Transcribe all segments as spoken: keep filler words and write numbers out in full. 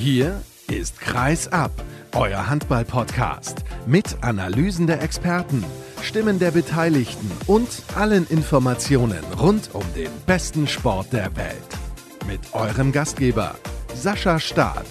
Hier ist Kreis ab, euer Handball-Podcast mit Analysen der Experten, Stimmen der Beteiligten und allen Informationen rund um den besten Sport der Welt. Mit eurem Gastgeber Sascha Staat.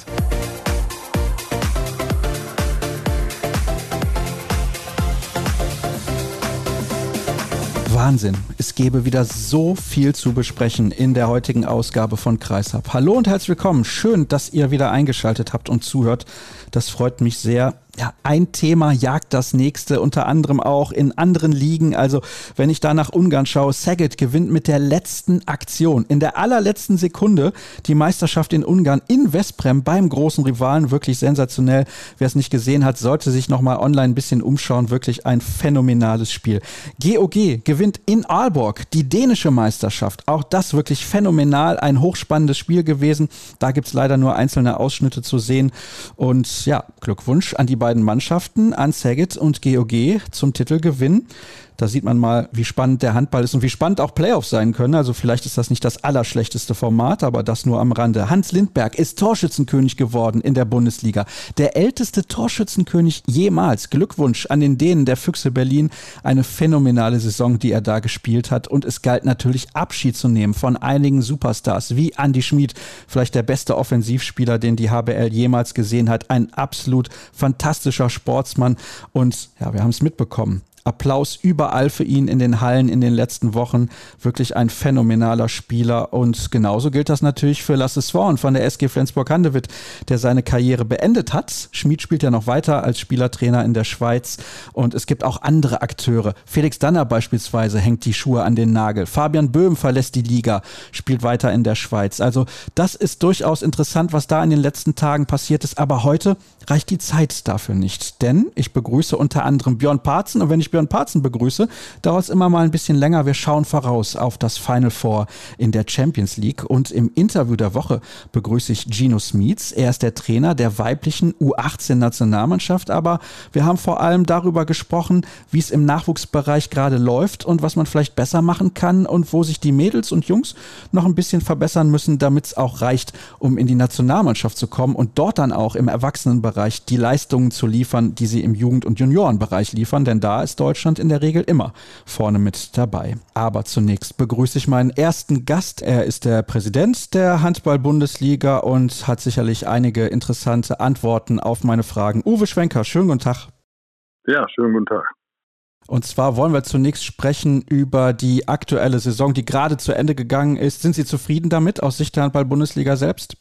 Wahnsinn, es gäbe wieder so viel zu besprechen in der heutigen Ausgabe von Kreis ab. Hallo und herzlich willkommen, schön, dass ihr wieder eingeschaltet habt und zuhört. Das freut mich sehr. Ja, ein Thema jagt das nächste, unter anderem auch in anderen Ligen. Also wenn ich da nach Ungarn schaue, Szeged gewinnt mit der letzten Aktion, in der allerletzten Sekunde die Meisterschaft in Ungarn in Veszprém beim großen Rivalen. Wirklich sensationell. Wer es nicht gesehen hat, sollte sich nochmal online ein bisschen umschauen. Wirklich ein phänomenales Spiel. G O G gewinnt in Aalborg die dänische Meisterschaft. Auch das wirklich phänomenal. Ein hochspannendes Spiel gewesen. Da gibt es leider nur einzelne Ausschnitte zu sehen. Und ja, Glückwunsch an die beiden Mannschaften, an Szeged und G O G zum Titelgewinn. Da sieht man mal, wie spannend der Handball ist und wie spannend auch Playoffs sein können. Also vielleicht ist das nicht das allerschlechteste Format, aber das nur am Rande. Hans Lindberg ist Torschützenkönig geworden in der Bundesliga. Der älteste Torschützenkönig jemals. Glückwunsch an den Dänen der Füchse Berlin. Eine phänomenale Saison, die er da gespielt hat. Und es galt natürlich Abschied zu nehmen von einigen Superstars wie Andi Schmid. Vielleicht der beste Offensivspieler, den die H B L jemals gesehen hat. Ein absolut fantastischer Sportsmann. Und ja, wir haben es mitbekommen. Applaus überall für ihn in den Hallen in den letzten Wochen. Wirklich ein phänomenaler Spieler. Und genauso gilt das natürlich für Lasse Swan von der S G Flensburg-Handewitt, der seine Karriere beendet hat. Schmid spielt ja noch weiter als Spielertrainer in der Schweiz. Und es gibt auch andere Akteure. Felix Danner beispielsweise hängt die Schuhe an den Nagel. Fabian Böhm verlässt die Liga, spielt weiter in der Schweiz. Also das ist durchaus interessant, was da in den letzten Tagen passiert ist. Aber heute reicht die Zeit dafür nicht. Denn ich begrüße unter anderem Björn Parzen. Und wenn ich Björn Parzen begrüße, dauert es immer mal ein bisschen länger. Wir schauen voraus auf das Final Four in der Champions League. Und im Interview der Woche begrüße ich Gino Smits. Er ist der Trainer der weiblichen U achtzehn Nationalmannschaft. Aber wir haben vor allem darüber gesprochen, wie es im Nachwuchsbereich gerade läuft und was man vielleicht besser machen kann und wo sich die Mädels und Jungs noch ein bisschen verbessern müssen, damit es auch reicht, um in die Nationalmannschaft zu kommen und dort dann auch im Erwachsenenbereich die Leistungen zu liefern, die sie im Jugend- und Juniorenbereich liefern. Denn da ist Deutschland in der Regel immer vorne mit dabei. Aber zunächst begrüße ich meinen ersten Gast. Er ist der Präsident der Handball-Bundesliga und hat sicherlich einige interessante Antworten auf meine Fragen. Uwe Schwenker, schönen guten Tag. Ja, schönen guten Tag. Und zwar wollen wir zunächst sprechen über die aktuelle Saison, die gerade zu Ende gegangen ist. Sind Sie zufrieden damit aus Sicht der Handball-Bundesliga selbst?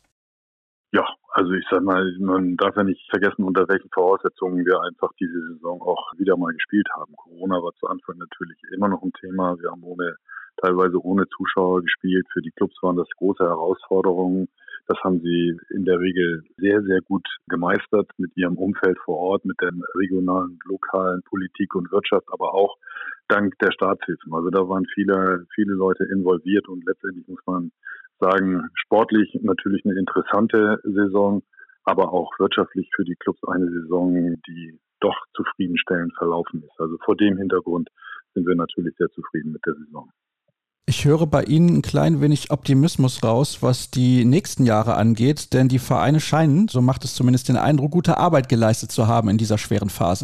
Ja, also ich sag mal, man darf ja nicht vergessen, unter welchen Voraussetzungen wir einfach diese Saison auch wieder mal gespielt haben. Corona war zu Anfang natürlich immer noch ein Thema. Wir haben ohne, teilweise ohne Zuschauer gespielt. Für die Clubs waren das große Herausforderungen. Das haben sie in der Regel sehr, sehr gut gemeistert mit ihrem Umfeld vor Ort, mit der regionalen, lokalen Politik und Wirtschaft, aber auch dank der Staatshilfen. Also da waren viele, viele Leute involviert und letztendlich muss man sagen, sportlich natürlich eine interessante Saison, aber auch wirtschaftlich für die Clubs eine Saison, die doch zufriedenstellend verlaufen ist. Also vor dem Hintergrund sind wir natürlich sehr zufrieden mit der Saison. Ich höre bei Ihnen ein klein wenig Optimismus raus, was die nächsten Jahre angeht, denn die Vereine scheinen, so macht es zumindest den Eindruck, gute Arbeit geleistet zu haben in dieser schweren Phase.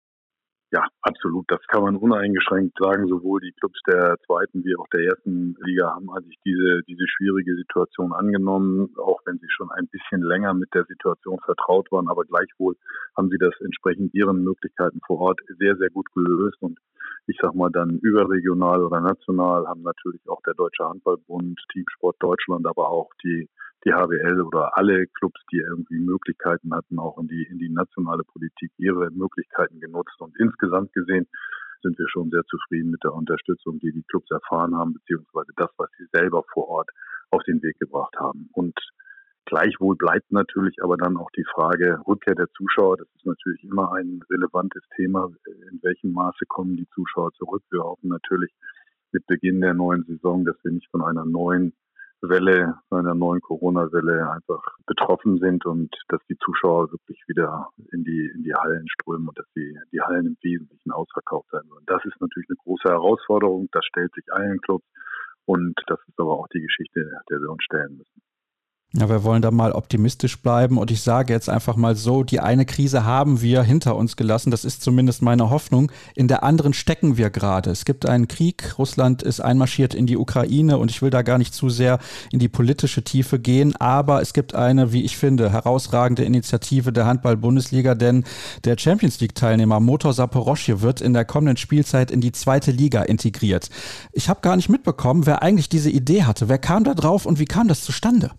Ja, absolut. Das kann man uneingeschränkt sagen. Sowohl die Clubs der zweiten wie auch der ersten Liga haben sich diese, diese schwierige Situation angenommen, auch wenn sie schon ein bisschen länger mit der Situation vertraut waren. Aber gleichwohl haben sie das entsprechend ihren Möglichkeiten vor Ort sehr, sehr gut gelöst. Und ich sag mal dann überregional oder national haben natürlich auch der Deutsche Handballbund, Teamsport Deutschland, aber auch die die H B L oder alle Clubs, die irgendwie Möglichkeiten hatten, auch in die in die nationale Politik ihre Möglichkeiten genutzt. Und insgesamt gesehen sind wir schon sehr zufrieden mit der Unterstützung, die die Clubs erfahren haben, beziehungsweise das, was sie selber vor Ort auf den Weg gebracht haben. Und gleichwohl bleibt natürlich aber dann auch die Frage Rückkehr der Zuschauer. Das ist natürlich immer ein relevantes Thema. In welchem Maße kommen die Zuschauer zurück? Wir hoffen natürlich mit Beginn der neuen Saison, dass wir nicht von einer neuen Welle, einer neuen Corona-Welle einfach betroffen sind und dass die Zuschauer wirklich wieder in die in die Hallen strömen und dass die die Hallen im Wesentlichen ausverkauft sein sollen. Das ist natürlich eine große Herausforderung, das stellt sich allen Clubs und das ist aber auch die Geschichte, der wir uns stellen müssen. Ja, wir wollen da mal optimistisch bleiben und ich sage jetzt einfach mal so, die eine Krise haben wir hinter uns gelassen, das ist zumindest meine Hoffnung. In der anderen stecken wir gerade. Es gibt einen Krieg, Russland ist einmarschiert in die Ukraine und ich will da gar nicht zu sehr in die politische Tiefe gehen, aber es gibt eine, wie ich finde, herausragende Initiative der Handball-Bundesliga, denn der Champions-League-Teilnehmer Motor Zaporozhye wird in der kommenden Spielzeit in die zweite Liga integriert. Ich habe gar nicht mitbekommen, wer eigentlich diese Idee hatte. Wer kam da drauf und wie kam das zustande?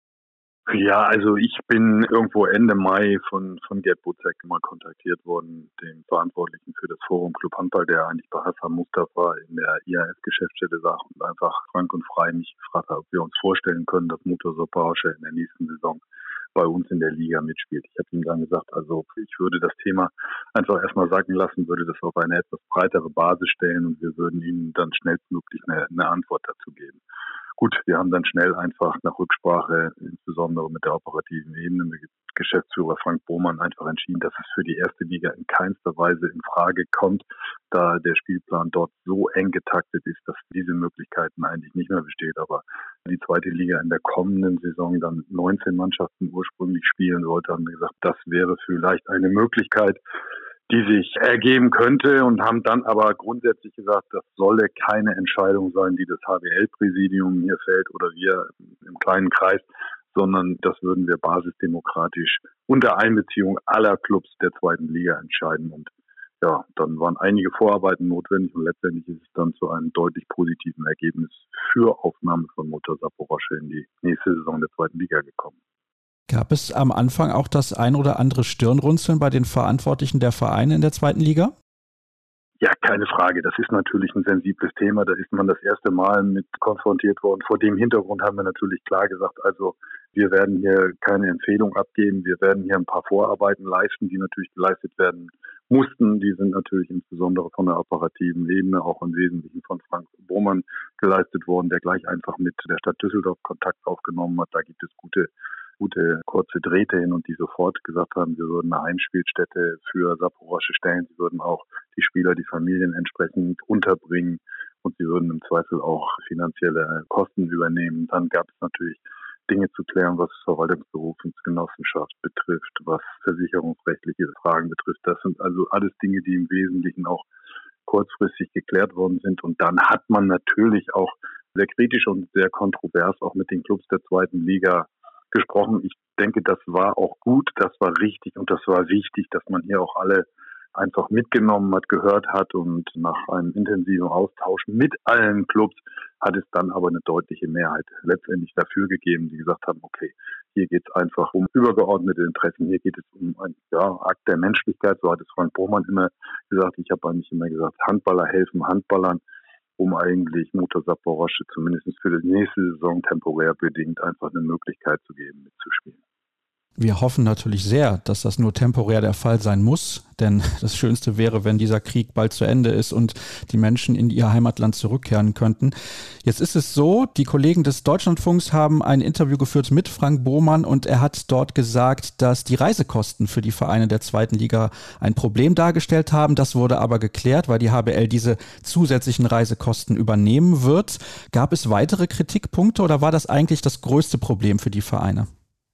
Ja, also ich bin irgendwo Ende Mai von von Gerd Butzek mal kontaktiert worden, dem Verantwortlichen für das Forum Club Handball, der eigentlich bei Hassan Mustafa in der I A S-Geschäftsstelle saß und einfach frank und frei mich gefragt hat, ob wir uns vorstellen können, dass Motor Zaporozhye in der nächsten Saison bei uns in der Liga mitspielt. Ich habe ihm dann gesagt, also ich würde das Thema einfach erstmal sacken lassen, würde das auf eine etwas breitere Basis stellen und wir würden ihm dann schnellstmöglich eine, eine Antwort dazu geben. Gut, wir haben dann schnell einfach nach Rücksprache, insbesondere mit der operativen Ebene, mit Geschäftsführer Frank Bohmann einfach entschieden, dass es für die erste Liga in keinster Weise in Frage kommt, da der Spielplan dort so eng getaktet ist, dass diese Möglichkeiten eigentlich nicht mehr besteht. Aber die zweite Liga in der kommenden Saison dann neunzehn Mannschaften ursprünglich spielen sollte, haben wir gesagt, das wäre vielleicht eine Möglichkeit, die sich ergeben könnte und haben dann aber grundsätzlich gesagt, das solle keine Entscheidung sein, die das H B L-Präsidium hier fällt oder wir im kleinen Kreis, sondern das würden wir basisdemokratisch unter Einbeziehung aller Clubs der zweiten Liga entscheiden. Und ja, dann waren einige Vorarbeiten notwendig und letztendlich ist es dann zu einem deutlich positiven Ergebnis für Aufnahme von Motor Zaporozhye in die nächste Saison der zweiten Liga gekommen. Gab es am Anfang auch das ein oder andere Stirnrunzeln bei den Verantwortlichen der Vereine in der zweiten Liga? Ja, keine Frage. Das ist natürlich ein sensibles Thema. Da ist man das erste Mal mit konfrontiert worden. Vor dem Hintergrund haben wir natürlich klar gesagt, also wir werden hier keine Empfehlung abgeben. Wir werden hier ein paar Vorarbeiten leisten, die natürlich geleistet werden mussten. Die sind natürlich insbesondere von der operativen Ebene, auch im Wesentlichen von Frank Bohmann geleistet worden, der gleich einfach mit der Stadt Düsseldorf Kontakt aufgenommen hat. Da gibt es gute gute kurze Drähte hin und die sofort gesagt haben, wir würden eine Heimspielstätte für Zaporozhye stellen. Sie würden auch die Spieler, die Familien entsprechend unterbringen und sie würden im Zweifel auch finanzielle Kosten übernehmen. Dann gab es natürlich Dinge zu klären, was Verwaltungsberufungsgenossenschaft betrifft, was versicherungsrechtliche Fragen betrifft. Das sind also alles Dinge, die im Wesentlichen auch kurzfristig geklärt worden sind. Und dann hat man natürlich auch sehr kritisch und sehr kontrovers auch mit den Clubs der zweiten Liga gesprochen. Ich denke, das war auch gut, das war richtig und das war wichtig, dass man hier auch alle einfach mitgenommen hat, gehört hat und nach einem intensiven Austausch mit allen Clubs hat es dann aber eine deutliche Mehrheit letztendlich dafür gegeben, die gesagt haben, okay, hier geht es einfach um übergeordnete Interessen, hier geht es um einen ja, Akt der Menschlichkeit, so hat es Frank Bohmann immer gesagt, ich habe eigentlich immer gesagt, Handballer helfen Handballern, um eigentlich Motor Zaporozhye zumindest für die nächste Saison temporär bedingt einfach eine Möglichkeit zu geben, mitzuspielen. Wir hoffen natürlich sehr, dass das nur temporär der Fall sein muss, denn das Schönste wäre, wenn dieser Krieg bald zu Ende ist und die Menschen in ihr Heimatland zurückkehren könnten. Jetzt ist es so, die Kollegen des Deutschlandfunks haben ein Interview geführt mit Frank Bohmann und er hat dort gesagt, dass die Reisekosten für die Vereine der zweiten Liga ein Problem dargestellt haben. Das wurde aber geklärt, weil die H B L diese zusätzlichen Reisekosten übernehmen wird. Gab es weitere Kritikpunkte oder war das eigentlich das größte Problem für die Vereine?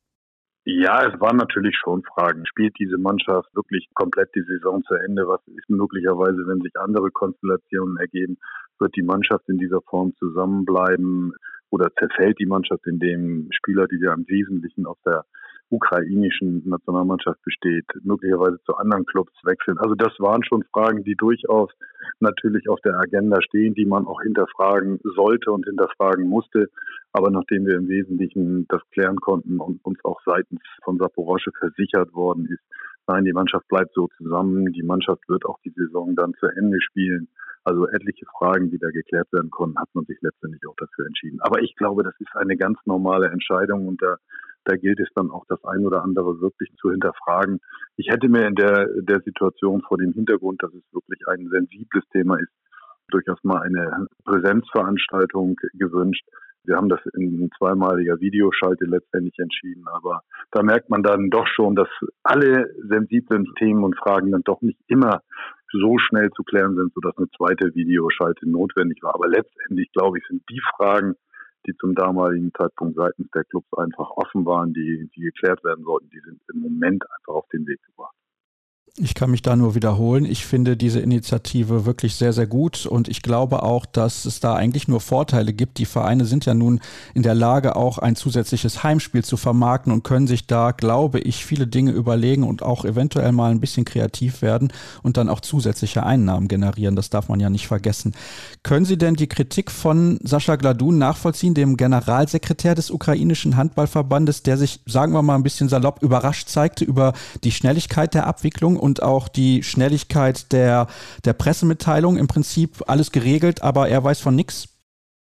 Ja, es waren natürlich schon Fragen. Spielt diese Mannschaft wirklich komplett die Saison zu Ende? Was ist möglicherweise, wenn sich andere Konstellationen ergeben? Wird die Mannschaft in dieser Form zusammenbleiben? Oder zerfällt die Mannschaft, in dem Spieler, die ja im Wesentlichen aus der ukrainischen Nationalmannschaft besteht, möglicherweise zu anderen Clubs wechseln? Also das waren schon Fragen, die durchaus natürlich auf der Agenda stehen, die man auch hinterfragen sollte und hinterfragen musste. Aber nachdem wir im Wesentlichen das klären konnten und uns auch seitens von Zaporozhye versichert worden ist, nein, die Mannschaft bleibt so zusammen, die Mannschaft wird auch die Saison dann zu Ende spielen. Also etliche Fragen, die da geklärt werden konnten, hat man sich letztendlich auch dafür entschieden. Aber ich glaube, das ist eine ganz normale Entscheidung und da, da gilt es dann auch, das ein oder andere wirklich zu hinterfragen. Ich hätte mir in der, der Situation vor dem Hintergrund, dass es wirklich ein sensibles Thema ist, durchaus mal eine Präsenzveranstaltung gewünscht. Wir haben das in zweimaliger Videoschalte letztendlich entschieden, aber da merkt man dann doch schon, dass alle sensiblen Themen und Fragen dann doch nicht immer so schnell zu klären sind, sodass eine zweite Videoschalte notwendig war. Aber letztendlich, glaube ich, sind die Fragen, die zum damaligen Zeitpunkt seitens der Clubs einfach offen waren, die, die geklärt werden sollten, die sind im Moment einfach auf den Weg gebracht. Ich kann mich da nur wiederholen. Ich finde diese Initiative wirklich sehr, sehr gut und ich glaube auch, dass es da eigentlich nur Vorteile gibt. Die Vereine sind ja nun in der Lage, auch ein zusätzliches Heimspiel zu vermarkten und können sich da, glaube ich, viele Dinge überlegen und auch eventuell mal ein bisschen kreativ werden und dann auch zusätzliche Einnahmen generieren. Das darf man ja nicht vergessen. Können Sie denn die Kritik von Sascha Gladun nachvollziehen, dem Generalsekretär des ukrainischen Handballverbandes, der sich, sagen wir mal ein bisschen salopp, überrascht zeigte über die Schnelligkeit der Abwicklung und auch die Schnelligkeit der, der Pressemitteilung, im Prinzip alles geregelt, aber er weiß von nichts?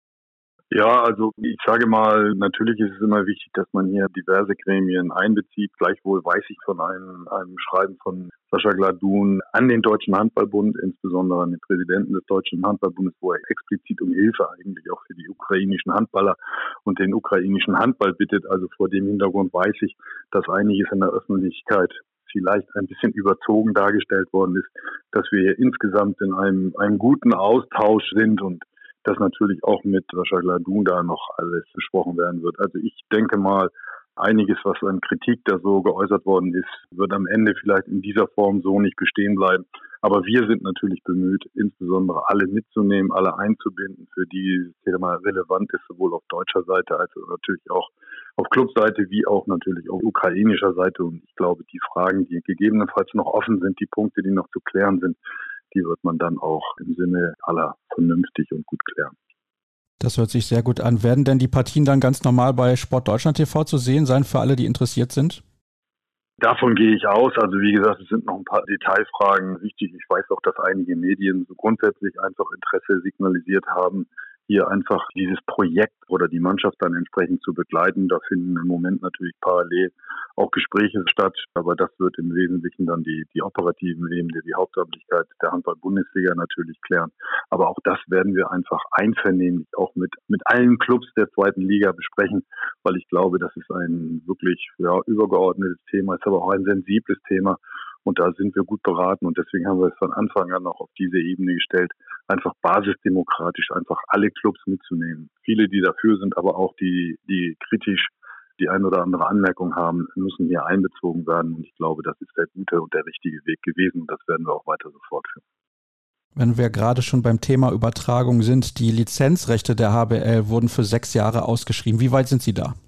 Ja, also ich sage mal, natürlich ist es immer wichtig, dass man hier diverse Gremien einbezieht. Gleichwohl weiß ich von einem, einem Schreiben von Sascha Gladun an den Deutschen Handballbund, insbesondere an den Präsidenten des Deutschen Handballbundes, wo er explizit um Hilfe eigentlich auch für die ukrainischen Handballer und den ukrainischen Handball bittet. Also vor dem Hintergrund weiß ich, dass einiges in der Öffentlichkeit vielleicht ein bisschen überzogen dargestellt worden ist, dass wir hier insgesamt in einem, einem guten Austausch sind und dass natürlich auch mit Sascha Gladun da noch alles besprochen werden wird. Also ich denke mal, einiges, was an Kritik da so geäußert worden ist, wird am Ende vielleicht in dieser Form so nicht bestehen bleiben. Aber wir sind natürlich bemüht, insbesondere alle mitzunehmen, alle einzubinden, für die das Thema relevant ist, sowohl auf deutscher Seite als auch natürlich auch auf Clubseite wie auch natürlich auf ukrainischer Seite. Und ich glaube, die Fragen, die gegebenenfalls noch offen sind, die Punkte, die noch zu klären sind, die wird man dann auch im Sinne aller vernünftig und gut klären. Das hört sich sehr gut an. Werden denn die Partien dann ganz normal bei Sport Deutschland T V zu sehen sein für alle, die interessiert sind? Davon gehe ich aus. Also wie gesagt, es sind noch ein paar Detailfragen wichtig. Ich weiß auch, dass einige Medien so grundsätzlich einfach Interesse signalisiert haben, hier einfach dieses Projekt oder die Mannschaft dann entsprechend zu begleiten. Da finden im Moment natürlich parallel auch Gespräche statt, aber das wird im Wesentlichen dann die, die operativen Ebene, die Hauptamtlichkeit der Handball-Bundesliga natürlich klären. Aber auch das werden wir einfach einvernehmlich auch mit, mit allen Clubs der zweiten Liga besprechen, weil ich glaube, das ist ein wirklich ja, übergeordnetes Thema, ist aber auch ein sensibles Thema. Und da sind wir gut beraten und deswegen haben wir es von Anfang an auch auf diese Ebene gestellt, einfach basisdemokratisch einfach alle Clubs mitzunehmen. Viele, die dafür sind, aber auch die, die kritisch die ein oder andere Anmerkung haben, müssen hier einbezogen werden. Und ich glaube, das ist der gute und der richtige Weg gewesen und das werden wir auch weiter so fortführen. Wenn wir gerade schon beim Thema Übertragung sind, die Lizenzrechte der H B L wurden für sechs Jahre ausgeschrieben. Wie weit sind Sie da?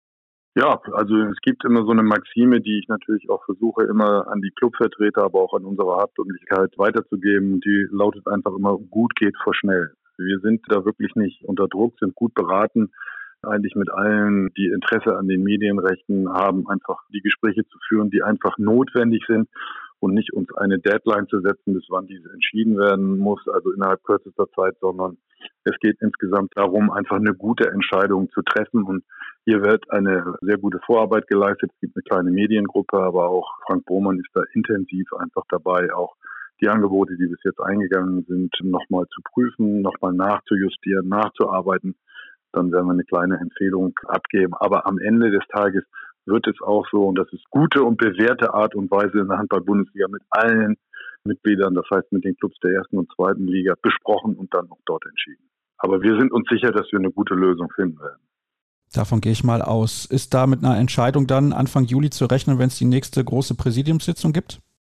Ja, also es gibt immer so eine Maxime, die ich natürlich auch versuche, immer an die Clubvertreter, aber auch an unsere Hauptamtlichkeit weiterzugeben. Die lautet einfach immer, gut geht vor schnell. Wir sind da wirklich nicht unter Druck, sind gut beraten, eigentlich mit allen, die Interesse an den Medienrechten haben, einfach die Gespräche zu führen, die einfach notwendig sind und nicht uns eine Deadline zu setzen, bis wann diese entschieden werden muss, also innerhalb kürzester Zeit, sondern es geht insgesamt darum, einfach eine gute Entscheidung zu treffen und hier wird eine sehr gute Vorarbeit geleistet. Es gibt eine kleine Mediengruppe, aber auch Frank Bohmann ist da intensiv einfach dabei, auch die Angebote, die bis jetzt eingegangen sind, nochmal zu prüfen, nochmal nachzujustieren, nachzuarbeiten. Dann werden wir eine kleine Empfehlung abgeben. Aber am Ende des Tages wird es auch so, und das ist gute und bewährte Art und Weise in der Handball-Bundesliga mit allen Mitgliedern, das heißt mit den Clubs der ersten und zweiten Liga, besprochen und dann auch dort entschieden. Aber wir sind uns sicher, dass wir eine gute Lösung finden werden. Davon gehe ich mal aus. Ist da mit einer Entscheidung dann Anfang Juli zu rechnen, wenn es die nächste große Präsidiumssitzung gibt?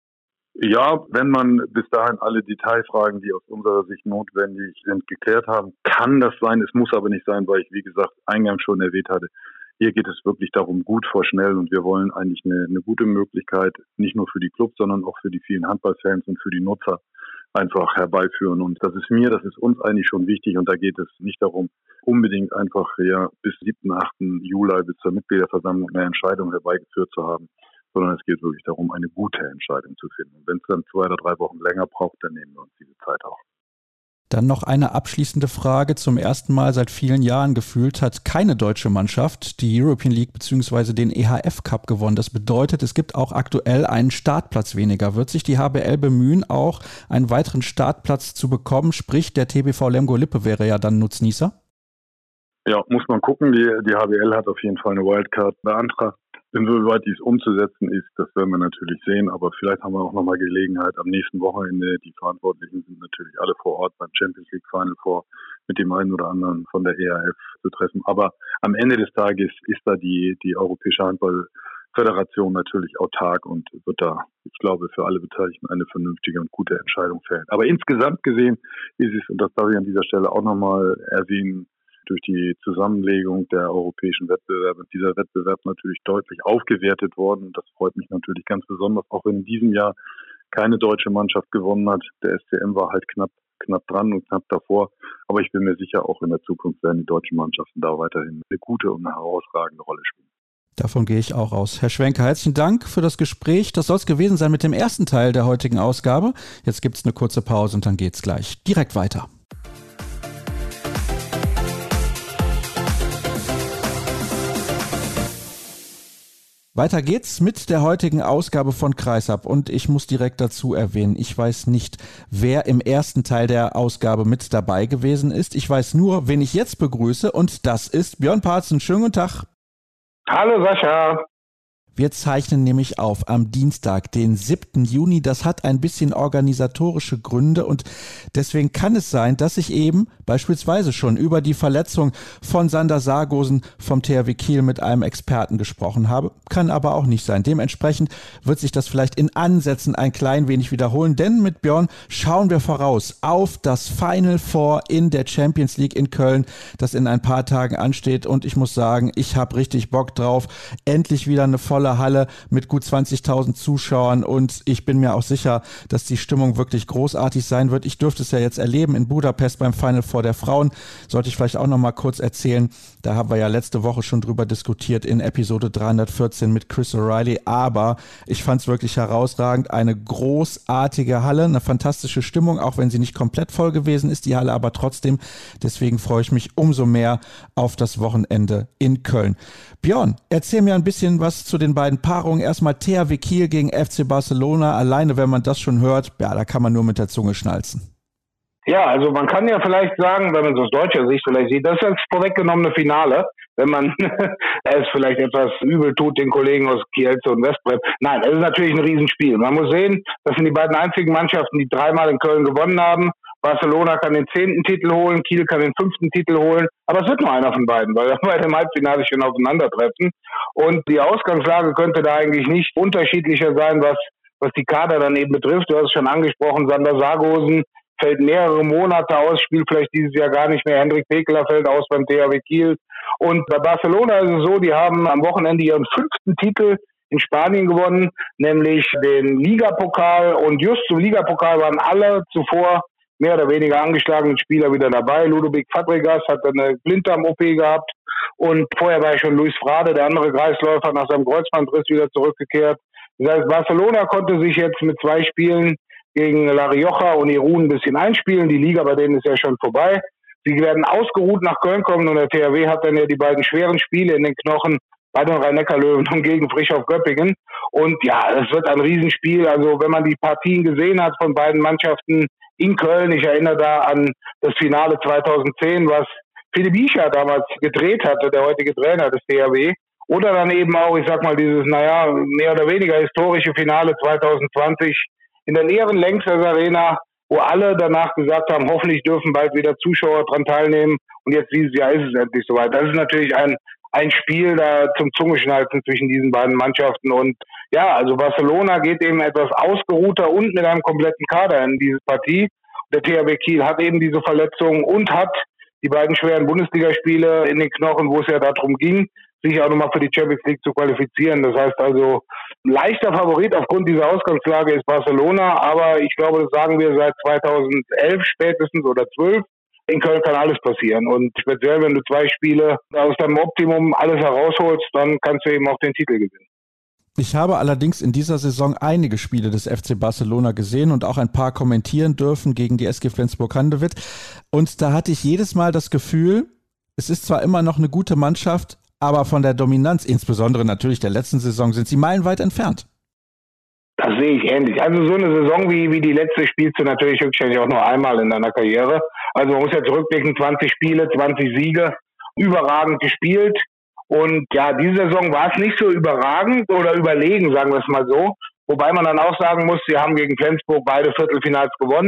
Ja, wenn man bis dahin alle Detailfragen, die aus unserer Sicht notwendig sind, geklärt haben, kann das sein. Es muss aber nicht sein, weil ich, wie gesagt, eingangs schon erwähnt hatte, hier geht es wirklich darum, gut vor schnell und wir wollen eigentlich eine, eine gute Möglichkeit, nicht nur für die Clubs, sondern auch für die vielen Handballfans und für die Nutzer einfach herbeiführen. Und das ist mir, das ist uns eigentlich schon wichtig und da geht es nicht darum, unbedingt einfach ja, bis siebten, achten Juli bis zur Mitgliederversammlung eine Entscheidung herbeigeführt zu haben, sondern es geht wirklich darum, eine gute Entscheidung zu finden. Und wenn es dann zwei oder drei Wochen länger braucht, dann nehmen wir uns diese Zeit auch. Dann noch eine abschließende Frage. Zum ersten Mal seit vielen Jahren gefühlt hat keine deutsche Mannschaft die European League bzw. den E H F Cup gewonnen. Das bedeutet, es gibt auch aktuell einen Startplatz weniger. Wird sich die H B L bemühen, auch einen weiteren Startplatz zu bekommen? Sprich, der T B V Lemgo-Lippe wäre ja dann Nutznießer? Ja, muss man gucken. Die, die H B L hat auf jeden Fall eine Wildcard beantragt. Inwieweit dies umzusetzen ist, das werden wir natürlich sehen, aber vielleicht haben wir auch nochmal Gelegenheit am nächsten Wochenende. Die Verantwortlichen sind natürlich alle vor Ort beim Champions League Final vor mit dem einen oder anderen von der E H F zu treffen. Aber am Ende des Tages ist da die, die Europäische Handballföderation natürlich autark und wird da, ich glaube, für alle Beteiligten eine vernünftige und gute Entscheidung fällen. Aber insgesamt gesehen ist es, und das darf ich an dieser Stelle auch nochmal erwähnen, durch die Zusammenlegung der europäischen Wettbewerbe und dieser Wettbewerb natürlich deutlich aufgewertet worden. Und das freut mich natürlich ganz besonders, auch wenn in diesem Jahr keine deutsche Mannschaft gewonnen hat. Der S C M war halt knapp, knapp dran und knapp davor. Aber ich bin mir sicher, auch in der Zukunft werden die deutschen Mannschaften da weiterhin eine gute und eine herausragende Rolle spielen. Davon gehe ich auch aus. Herr Schwenker, herzlichen Dank für das Gespräch. Das soll es gewesen sein mit dem ersten Teil der heutigen Ausgabe. Jetzt gibt es eine kurze Pause und dann geht's gleich direkt weiter. Weiter geht's mit der heutigen Ausgabe von Kreisab und ich muss direkt dazu erwähnen, ich weiß nicht, wer im ersten Teil der Ausgabe mit dabei gewesen ist. Ich weiß nur, wen ich jetzt begrüße und das ist Björn Parzen. Schönen guten Tag. Hallo Sascha. Wir zeichnen nämlich auf am Dienstag, den siebten Juni. Das hat ein bisschen organisatorische Gründe und deswegen kann es sein, dass ich eben beispielsweise schon über die Verletzung von Sander Sargosen vom T H W Kiel mit einem Experten gesprochen habe. Kann aber auch nicht sein. Dementsprechend wird sich das vielleicht in Ansätzen ein klein wenig wiederholen, denn mit Björn schauen wir voraus auf das Final Four in der Champions League in Köln, das in ein paar Tagen ansteht und ich muss sagen, ich habe richtig Bock drauf. Endlich wieder eine volle Halle mit gut zwanzigtausend Zuschauern und ich bin mir auch sicher, dass die Stimmung wirklich großartig sein wird. Ich durfte es ja jetzt erleben in Budapest beim Final Four der Frauen. Sollte ich vielleicht auch noch mal kurz erzählen. Da haben wir ja letzte Woche schon drüber diskutiert in Episode dreihundertvierzehn mit Chris O'Reilly. Aber ich fand es wirklich herausragend. Eine großartige Halle, eine fantastische Stimmung, auch wenn sie nicht komplett voll gewesen ist, die Halle aber trotzdem. Deswegen freue ich mich umso mehr auf das Wochenende in Köln. Björn, erzähl mir ein bisschen was zu den beiden Paarungen. Erstmal T H W Kiel gegen F C Barcelona. Alleine, wenn man das schon hört, ja, da kann man nur mit der Zunge schnalzen. Ja, also man kann ja vielleicht sagen, wenn man es aus deutscher Sicht vielleicht sieht, das ist das vorweggenommene Finale, wenn man es vielleicht etwas übel tut, den Kollegen aus Kielce und Westbrem. Nein, es ist natürlich ein Riesenspiel. Man muss sehen, das sind die beiden einzigen Mannschaften, die dreimal in Köln gewonnen haben. Barcelona kann den zehnten Titel holen, Kiel kann den fünften Titel holen, aber es wird nur einer von beiden, weil wir bei dem Halbfinale schon aufeinandertreffen. Und die Ausgangslage könnte da eigentlich nicht unterschiedlicher sein, was, was die Kader dann eben betrifft. Du hast es schon angesprochen, Sander Sargosen fällt mehrere Monate aus, spielt vielleicht dieses Jahr gar nicht mehr. Hendrik Pekeler fällt aus beim T H W Kiel. Und bei Barcelona ist es so, die haben am Wochenende ihren fünften Titel in Spanien gewonnen, nämlich den Ligapokal. Und just zum Ligapokal waren alle zuvor mehr oder weniger angeschlagenen Spieler wieder dabei. Ludovic Fabregas hat eine Blinddarm-O P gehabt und vorher war ja schon Luis Frade, der andere Kreisläufer, nach seinem Kreuzbandriss wieder zurückgekehrt. Das heißt, Barcelona konnte sich jetzt mit zwei Spielen gegen La Rioja und Irun ein bisschen einspielen. Die Liga bei denen ist ja schon vorbei. Sie werden ausgeruht nach Köln kommen und der T H W hat dann ja die beiden schweren Spiele in den Knochen bei den Rhein-Neckar-Löwen und gegen Frischhoff-Göppingen. Und ja, es wird ein Riesenspiel. Also wenn man die Partien gesehen hat von beiden Mannschaften in Köln, ich erinnere da an das Finale zweitausendzehn, was Philipp Ischer damals gedreht hatte, der heutige Trainer des T H W. Oder dann eben auch, ich sag mal, dieses, naja, mehr oder weniger historische Finale zweitausendzwanzig in der leeren Lanxess Arena, wo alle danach gesagt haben, hoffentlich dürfen bald wieder Zuschauer dran teilnehmen. Und jetzt dieses Jahr ist es endlich soweit. Das ist natürlich ein ein Spiel da zum Zungeschnalzen zwischen diesen beiden Mannschaften. Und ja, also Barcelona geht eben etwas ausgeruhter und mit einem kompletten Kader in diese Partie. Der T H W Kiel hat eben diese Verletzungen und hat die beiden schweren Bundesligaspiele in den Knochen, wo es ja darum ging, sich auch nochmal für die Champions League zu qualifizieren. Das heißt also, ein leichter Favorit aufgrund dieser Ausgangslage ist Barcelona, aber ich glaube, das sagen wir seit zweitausendelf spätestens oder zwölf. In Köln kann alles passieren und speziell, wenn du zwei Spiele aus deinem Optimum alles herausholst, dann kannst du eben auch den Titel gewinnen. Ich habe allerdings in dieser Saison einige Spiele des F C Barcelona gesehen und auch ein paar kommentieren dürfen gegen die S G Flensburg-Handewitt. Und da hatte ich jedes Mal das Gefühl, es ist zwar immer noch eine gute Mannschaft, aber von der Dominanz, insbesondere natürlich der letzten Saison, sind sie meilenweit entfernt. Das sehe ich ähnlich. Also so eine Saison wie, wie die letzte spielst du natürlich höchstwahrscheinlich auch nur einmal in deiner Karriere. Also man muss ja zurückblicken, zwanzig Spiele, zwanzig Siege, überragend gespielt. Und ja, diese Saison war es nicht so überragend oder überlegen, sagen wir es mal so. Wobei man dann auch sagen muss, sie haben gegen Flensburg beide Viertelfinals gewonnen.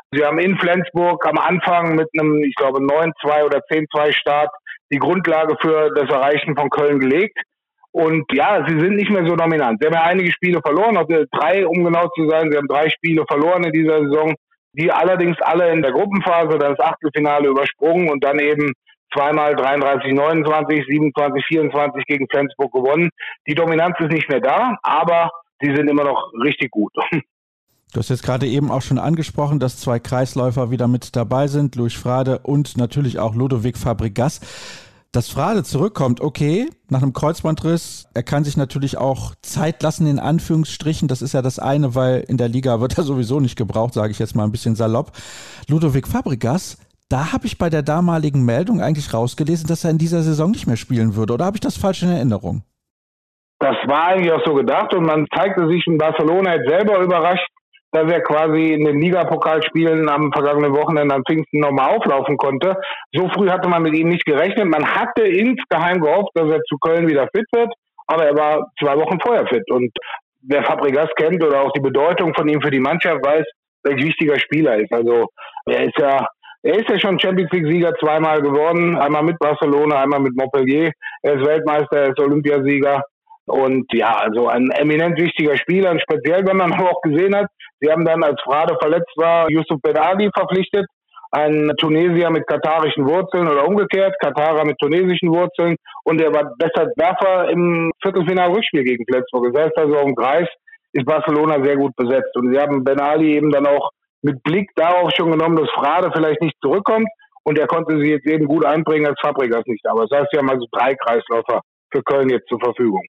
Sie haben in Flensburg am Anfang mit einem, ich glaube, neun zwei oder zehn zwei Start die Grundlage für das Erreichen von Köln gelegt. Und ja, sie sind nicht mehr so dominant. Sie haben ja einige Spiele verloren, auch drei, um genau zu sein. Sie haben drei Spiele verloren in dieser Saison, die allerdings alle in der Gruppenphase, dann das Achtelfinale übersprungen und dann eben zweimal dreiunddreißig neunundzwanzig, siebenundzwanzig vierundzwanzig gegen Flensburg gewonnen. Die Dominanz ist nicht mehr da, aber sie sind immer noch richtig gut. Du hast jetzt gerade eben auch schon angesprochen, dass zwei Kreisläufer wieder mit dabei sind, Luis Frade und natürlich auch Ludovic Fabregas. Dass Frade zurückkommt, okay, nach einem Kreuzbandriss, er kann sich natürlich auch Zeit lassen, in Anführungsstrichen, das ist ja das eine, weil in der Liga wird er sowieso nicht gebraucht, sage ich jetzt mal ein bisschen salopp. Ludovic Fabregas, da habe ich bei der damaligen Meldung eigentlich rausgelesen, dass er in dieser Saison nicht mehr spielen würde, oder habe ich das falsch in Erinnerung? Das war eigentlich auch so gedacht und man zeigte sich in Barcelona jetzt selber überrascht, dass er quasi in den Ligapokalspielen am vergangenen Wochenende am Pfingsten nochmal auflaufen konnte. So früh hatte man mit ihm nicht gerechnet. Man hatte insgeheim gehofft, dass er zu Köln wieder fit wird, aber er war zwei Wochen vorher fit. Und wer Fabregas kennt oder auch die Bedeutung von ihm für die Mannschaft weiß, welch wichtiger Spieler ist. Also er ist ja er ist ja schon Champions League-Sieger zweimal geworden, einmal mit Barcelona, einmal mit Montpellier. Er ist Weltmeister, er ist Olympiasieger. Und ja, also ein eminent wichtiger Spieler, und speziell, wenn man auch gesehen hat, sie haben dann, als Frade verletzt war, Youssouf Ben Ali verpflichtet, ein Tunesier mit katarischen Wurzeln oder umgekehrt, Katarer mit tunesischen Wurzeln, und er war besser Werfer im Viertelfinal-Rückspiel gegen Flensburg. Das heißt also, auf dem Kreis ist Barcelona sehr gut besetzt. Und sie haben Ben Ali eben dann auch mit Blick darauf schon genommen, dass Frade vielleicht nicht zurückkommt, und er konnte sie jetzt eben gut einbringen, als Fabregas nicht. Aber das heißt, sie haben also drei Kreisläufer für Köln jetzt zur Verfügung.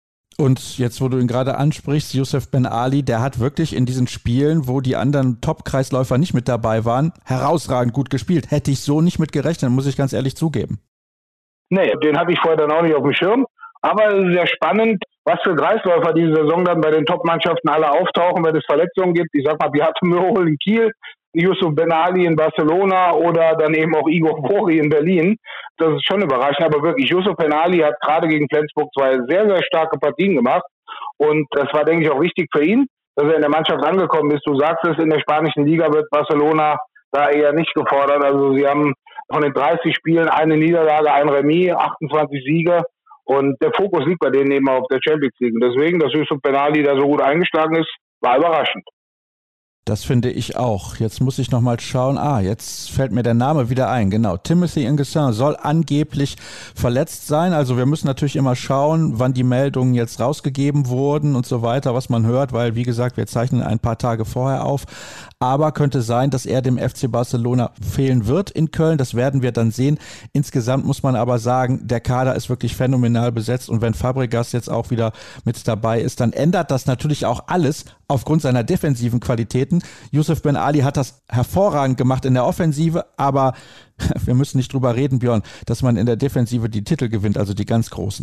Und jetzt, wo du ihn gerade ansprichst, Youssouf Ben Ali, der hat wirklich in diesen Spielen, wo die anderen Top-Kreisläufer nicht mit dabei waren, herausragend gut gespielt. Hätte ich so nicht mit gerechnet, muss ich ganz ehrlich zugeben. Nee, den hatte ich vorher dann auch nicht auf dem Schirm. Aber es ist sehr spannend, was für Kreisläufer diese Saison dann bei den Top-Mannschaften alle auftauchen, wenn es Verletzungen gibt. Ich sag mal, Beate Mürhol in Kiel, Youssouf Ben Ali in Barcelona oder dann eben auch Igor Bori in Berlin. Das ist schon überraschend, aber wirklich, Youssouf Ben Ali hat gerade gegen Flensburg zwei sehr, sehr starke Partien gemacht, und das war, denke ich, auch wichtig für ihn, dass er in der Mannschaft angekommen ist. Du sagst es, in der spanischen Liga wird Barcelona da eher nicht gefordert. Also sie haben von den dreißig Spielen eine Niederlage, ein Remis, achtundzwanzig Siege, und der Fokus liegt bei denen eben auf der Champions League. Und deswegen, dass Youssouf Ben Ali da so gut eingeschlagen ist, war überraschend. Das finde ich auch. Jetzt muss ich nochmal schauen. Ah, jetzt fällt mir der Name wieder ein. Genau, Timothy N'Guessan soll angeblich verletzt sein. Also wir müssen natürlich immer schauen, wann die Meldungen jetzt rausgegeben wurden und so weiter, was man hört, weil, wie gesagt, wir zeichnen ein paar Tage vorher auf. Aber könnte sein, dass er dem F C Barcelona fehlen wird in Köln. Das werden wir dann sehen. Insgesamt muss man aber sagen, der Kader ist wirklich phänomenal besetzt. Und wenn Fabregas jetzt auch wieder mit dabei ist, dann ändert das natürlich auch alles aufgrund seiner defensiven Qualitäten. Youssouf Ben Ali hat das hervorragend gemacht in der Offensive, aber wir müssen nicht drüber reden, Björn, dass man in der Defensive die Titel gewinnt, also die ganz Großen.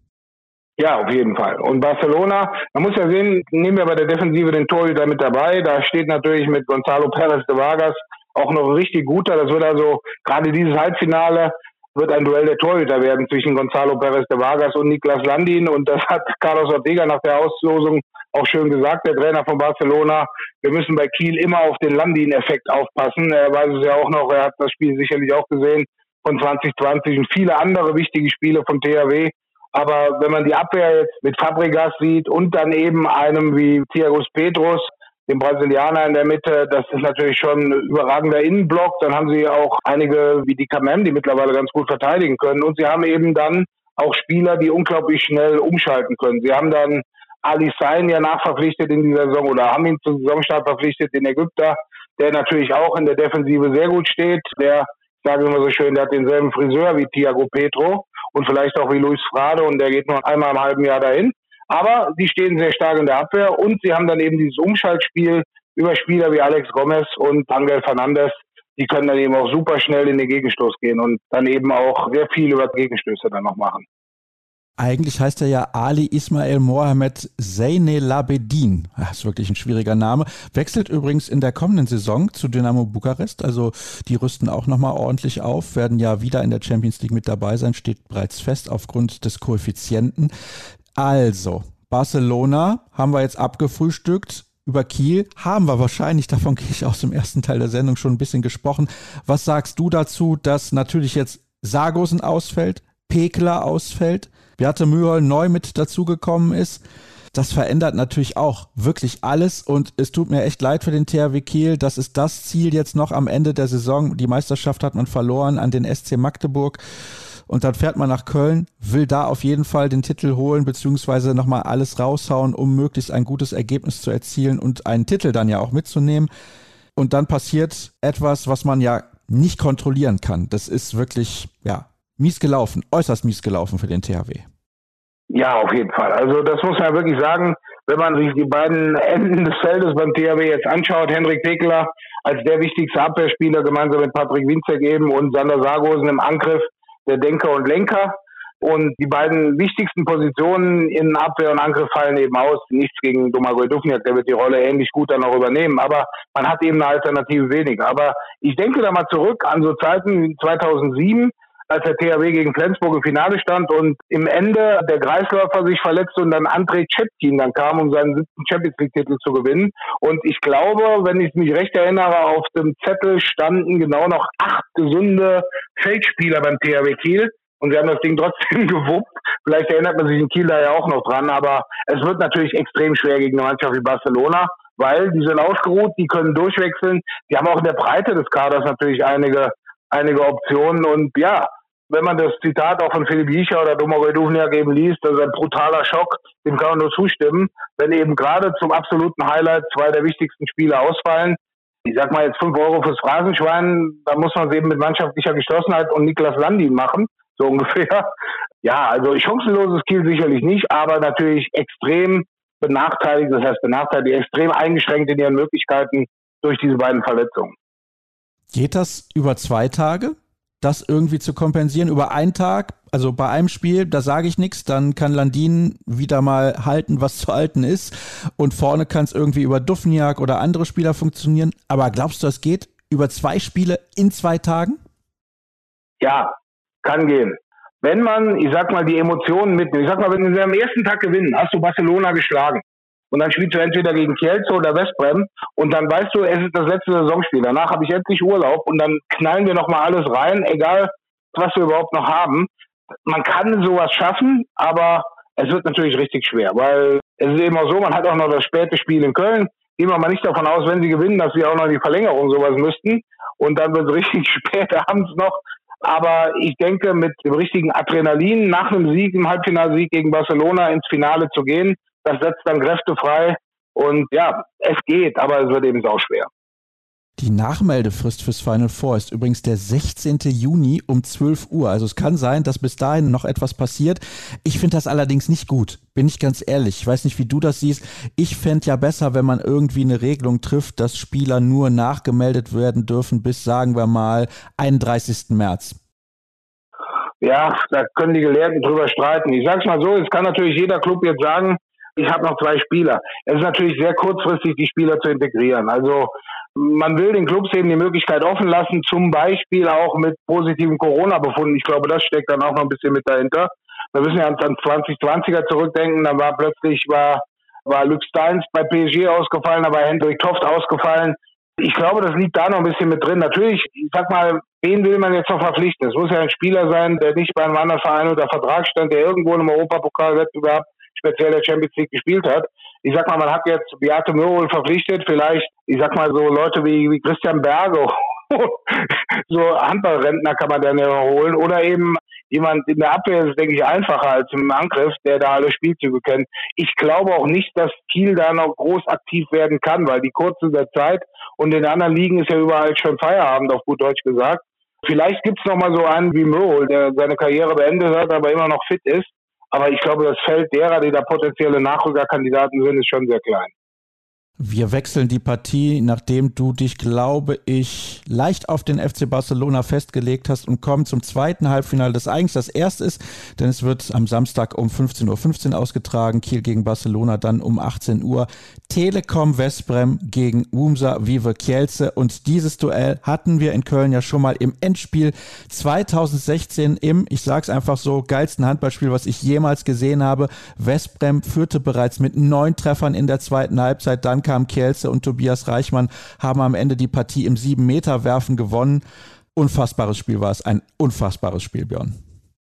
Ja, auf jeden Fall. Und Barcelona, man muss ja sehen, nehmen wir bei der Defensive den Torhüter mit dabei. Da steht natürlich mit Gonzalo Pérez de Vargas auch noch ein richtig guter. Das wird also, gerade dieses Halbfinale, wird ein Duell der Torhüter werden zwischen Gonzalo Pérez de Vargas und Niklas Landin. Und das hat Carlos Ortega nach der Auslosung auch schön gesagt, der Trainer von Barcelona. Wir müssen bei Kiel immer auf den Landin-Effekt aufpassen. Er weiß es ja auch noch, er hat das Spiel sicherlich auch gesehen von zwanzig zwanzig und viele andere wichtige Spiele von T H W. Aber wenn man die Abwehr jetzt mit Fabregas sieht und dann eben einem wie Thiago Pedros, dem Brasilianer in der Mitte, das ist natürlich schon ein überragender Innenblock. Dann haben sie auch einige wie die Kamem, die mittlerweile ganz gut verteidigen können. Und sie haben eben dann auch Spieler, die unglaublich schnell umschalten können. Sie haben dann Ali Sain ja nachverpflichtet in dieser Saison oder haben ihn zum Saisonstart verpflichtet, den Ägypter, der natürlich auch in der Defensive sehr gut steht. Der, ich sage immer so schön, der hat denselben Friseur wie Thiago Petro und vielleicht auch wie Luis Frade, und der geht nur einmal im halben Jahr dahin. Aber sie stehen sehr stark in der Abwehr, und sie haben dann eben dieses Umschaltspiel über Spieler wie Alex Gomez und Angel Fernandes. Die können dann eben auch super schnell in den Gegenstoß gehen und dann eben auch sehr viel über Gegenstöße dann noch machen. Eigentlich heißt er ja Ali Ismail Mohamed Zeynelabedin. Das ist wirklich ein schwieriger Name. Wechselt übrigens in der kommenden Saison zu Dynamo Bukarest. Also die rüsten auch nochmal ordentlich auf, werden ja wieder in der Champions League mit dabei sein, steht bereits fest aufgrund des Koeffizienten. Also, Barcelona haben wir jetzt abgefrühstückt. Über Kiel haben wir wahrscheinlich, davon gehe ich aus dem ersten Teil der Sendung schon ein bisschen gesprochen. Was sagst du dazu, dass natürlich jetzt Sargosen ausfällt, Pekler ausfällt, Beate Mühol neu mit dazugekommen ist? Das verändert natürlich auch wirklich alles und es tut mir echt leid für den T H W Kiel. Das ist das Ziel jetzt noch am Ende der Saison. Die Meisterschaft hat man verloren an den S C Magdeburg. Und dann fährt man nach Köln, will da auf jeden Fall den Titel holen, beziehungsweise nochmal alles raushauen, um möglichst ein gutes Ergebnis zu erzielen und einen Titel dann ja auch mitzunehmen. Und dann passiert etwas, was man ja nicht kontrollieren kann. Das ist wirklich, ja, mies gelaufen, äußerst mies gelaufen für den T H W. Ja, auf jeden Fall. Also das muss man wirklich sagen, wenn man sich die beiden Enden des Feldes beim T H W jetzt anschaut, Henrik Pekler als der wichtigste Abwehrspieler gemeinsam mit Patrick Winzek eben und Sander Sargosen im Angriff, der Denker und Lenker. Und die beiden wichtigsten Positionen in Abwehr und Angriff fallen eben aus. Nichts gegen Domagoj Duvnjak, der wird die Rolle ähnlich gut dann auch übernehmen. Aber man hat eben eine Alternative weniger. Aber ich denke da mal zurück an so Zeiten wie zweitausendsieben, als der T H W gegen Flensburg im Finale stand und im Ende der Kreisläufer sich verletzte und dann Andrei Czetkin dann kam, um seinen siebten Champions League-Titel zu gewinnen. Und ich glaube, wenn ich mich recht erinnere, auf dem Zettel standen genau noch acht gesunde Feldspieler beim T H W Kiel. Und wir haben das Ding trotzdem gewuppt. Vielleicht erinnert man sich in Kiel da ja auch noch dran. Aber es wird natürlich extrem schwer gegen eine Mannschaft wie Barcelona, weil die sind ausgeruht, die können durchwechseln. Die haben auch in der Breite des Kaders natürlich einige einige Optionen und ja, wenn man das Zitat auch von Philipp Jicha oder Domagoj Duvnjak eben liest, das ist ein brutaler Schock, dem kann man nur zustimmen, wenn eben gerade zum absoluten Highlight zwei der wichtigsten Spieler ausfallen. Ich sag mal jetzt fünf Euro fürs Phrasenschwein, da muss man es eben mit mannschaftlicher Geschlossenheit und Niklas Landin machen, so ungefähr. Ja, also chancenloses Kiel sicherlich nicht, aber natürlich extrem benachteiligt, das heißt benachteiligt, extrem eingeschränkt in ihren Möglichkeiten durch diese beiden Verletzungen. Geht das über zwei Tage, das irgendwie zu kompensieren? Über einen Tag, also bei einem Spiel, da sage ich nichts, dann kann Landin wieder mal halten, was zu halten ist. Und vorne kann es irgendwie über Duvnjak oder andere Spieler funktionieren. Aber glaubst du, das geht über zwei Spiele in zwei Tagen? Ja, kann gehen. Wenn man, ich sag mal, die Emotionen mitnimmt. Ich sag mal, wenn sie am ersten Tag gewinnen, hast du Barcelona geschlagen. Und dann spielst du entweder gegen Kielce oder Westbrem und dann weißt du, es ist das letzte Saisonspiel. Danach habe ich endlich Urlaub und dann knallen wir nochmal alles rein, egal was wir überhaupt noch haben. Man kann sowas schaffen, aber es wird natürlich richtig schwer, weil es ist eben auch so, man hat auch noch das späte Spiel in Köln. Gehen wir mal nicht davon aus, wenn sie gewinnen, dass sie auch noch die Verlängerung sowas müssten und dann wird es richtig spät abends noch. Aber ich denke, mit dem richtigen Adrenalin nach einem Sieg, im Halbfinalsieg gegen Barcelona ins Finale zu gehen, das setzt dann Kräfte frei und ja, es geht, aber es wird eben sau schwer. Die Nachmeldefrist fürs Final Four ist übrigens der sechzehnten Juni um zwölf Uhr. Also es kann sein, dass bis dahin noch etwas passiert. Ich finde das allerdings nicht gut, bin ich ganz ehrlich. Ich weiß nicht, wie du das siehst. Ich fände ja besser, wenn man irgendwie eine Regelung trifft, dass Spieler nur nachgemeldet werden dürfen bis, sagen wir mal, einunddreißigsten März. Ja, da können die Gelehrten drüber streiten. Ich sag's mal so, es kann natürlich jeder Club jetzt sagen, ich habe noch zwei Spieler. Es ist natürlich sehr kurzfristig, die Spieler zu integrieren. Also man will den Clubs eben die Möglichkeit offen lassen, zum Beispiel auch mit positiven Corona-Befunden. Ich glaube, das steckt dann auch noch ein bisschen mit dahinter. Wir müssen ja an zwanzig zwanziger zurückdenken. Da war plötzlich war, war Luc Steins bei P S G ausgefallen, da war Hendrik Toft ausgefallen. Ich glaube, das liegt da noch ein bisschen mit drin. Natürlich, ich sag mal, wen will man jetzt noch verpflichten? Es muss ja ein Spieler sein, der nicht bei einem anderen Verein unter Vertrag stand, der irgendwo in einem Europapokalwettbewerb speziell der Champions League gespielt hat. Ich sag mal, man hat jetzt Beate Mühol verpflichtet, vielleicht, ich sag mal, so Leute wie, wie Christian Berge, so Handballrentner kann man dann ja holen, oder eben jemand in der Abwehr ist, denke ich, einfacher als im Angriff, der da alle Spielzüge kennt. Ich glaube auch nicht, dass Kiel da noch groß aktiv werden kann, weil die Kurze der Zeit und in den anderen Ligen ist ja überall schon Feierabend, auf gut Deutsch gesagt. Vielleicht gibt's noch mal so einen wie Mühol, der seine Karriere beendet hat, aber immer noch fit ist. Aber ich glaube, das Feld derer, die da potenzielle Nachrückerkandidaten sind, ist schon sehr klein. Wir wechseln die Partie, nachdem du dich, glaube ich, leicht auf den F C Barcelona festgelegt hast und kommen zum zweiten Halbfinale, das eigentlich das erste ist, denn es wird am Samstag um fünfzehn Uhr fünfzehn ausgetragen, Kiel gegen Barcelona dann um achtzehn Uhr, Telekom Westbrem gegen Łomża Vive Kielce, und dieses Duell hatten wir in Köln ja schon mal im Endspiel zweitausendsechzehn im, ich sag's einfach so, geilsten Handballspiel, was ich jemals gesehen habe. Westbrem führte bereits mit neun Treffern in der zweiten Halbzeit, dann kam Kielce und Tobias Reichmann haben am Ende die Partie im sieben-Meter-Werfen gewonnen. Unfassbares Spiel war es, ein unfassbares Spiel, Björn.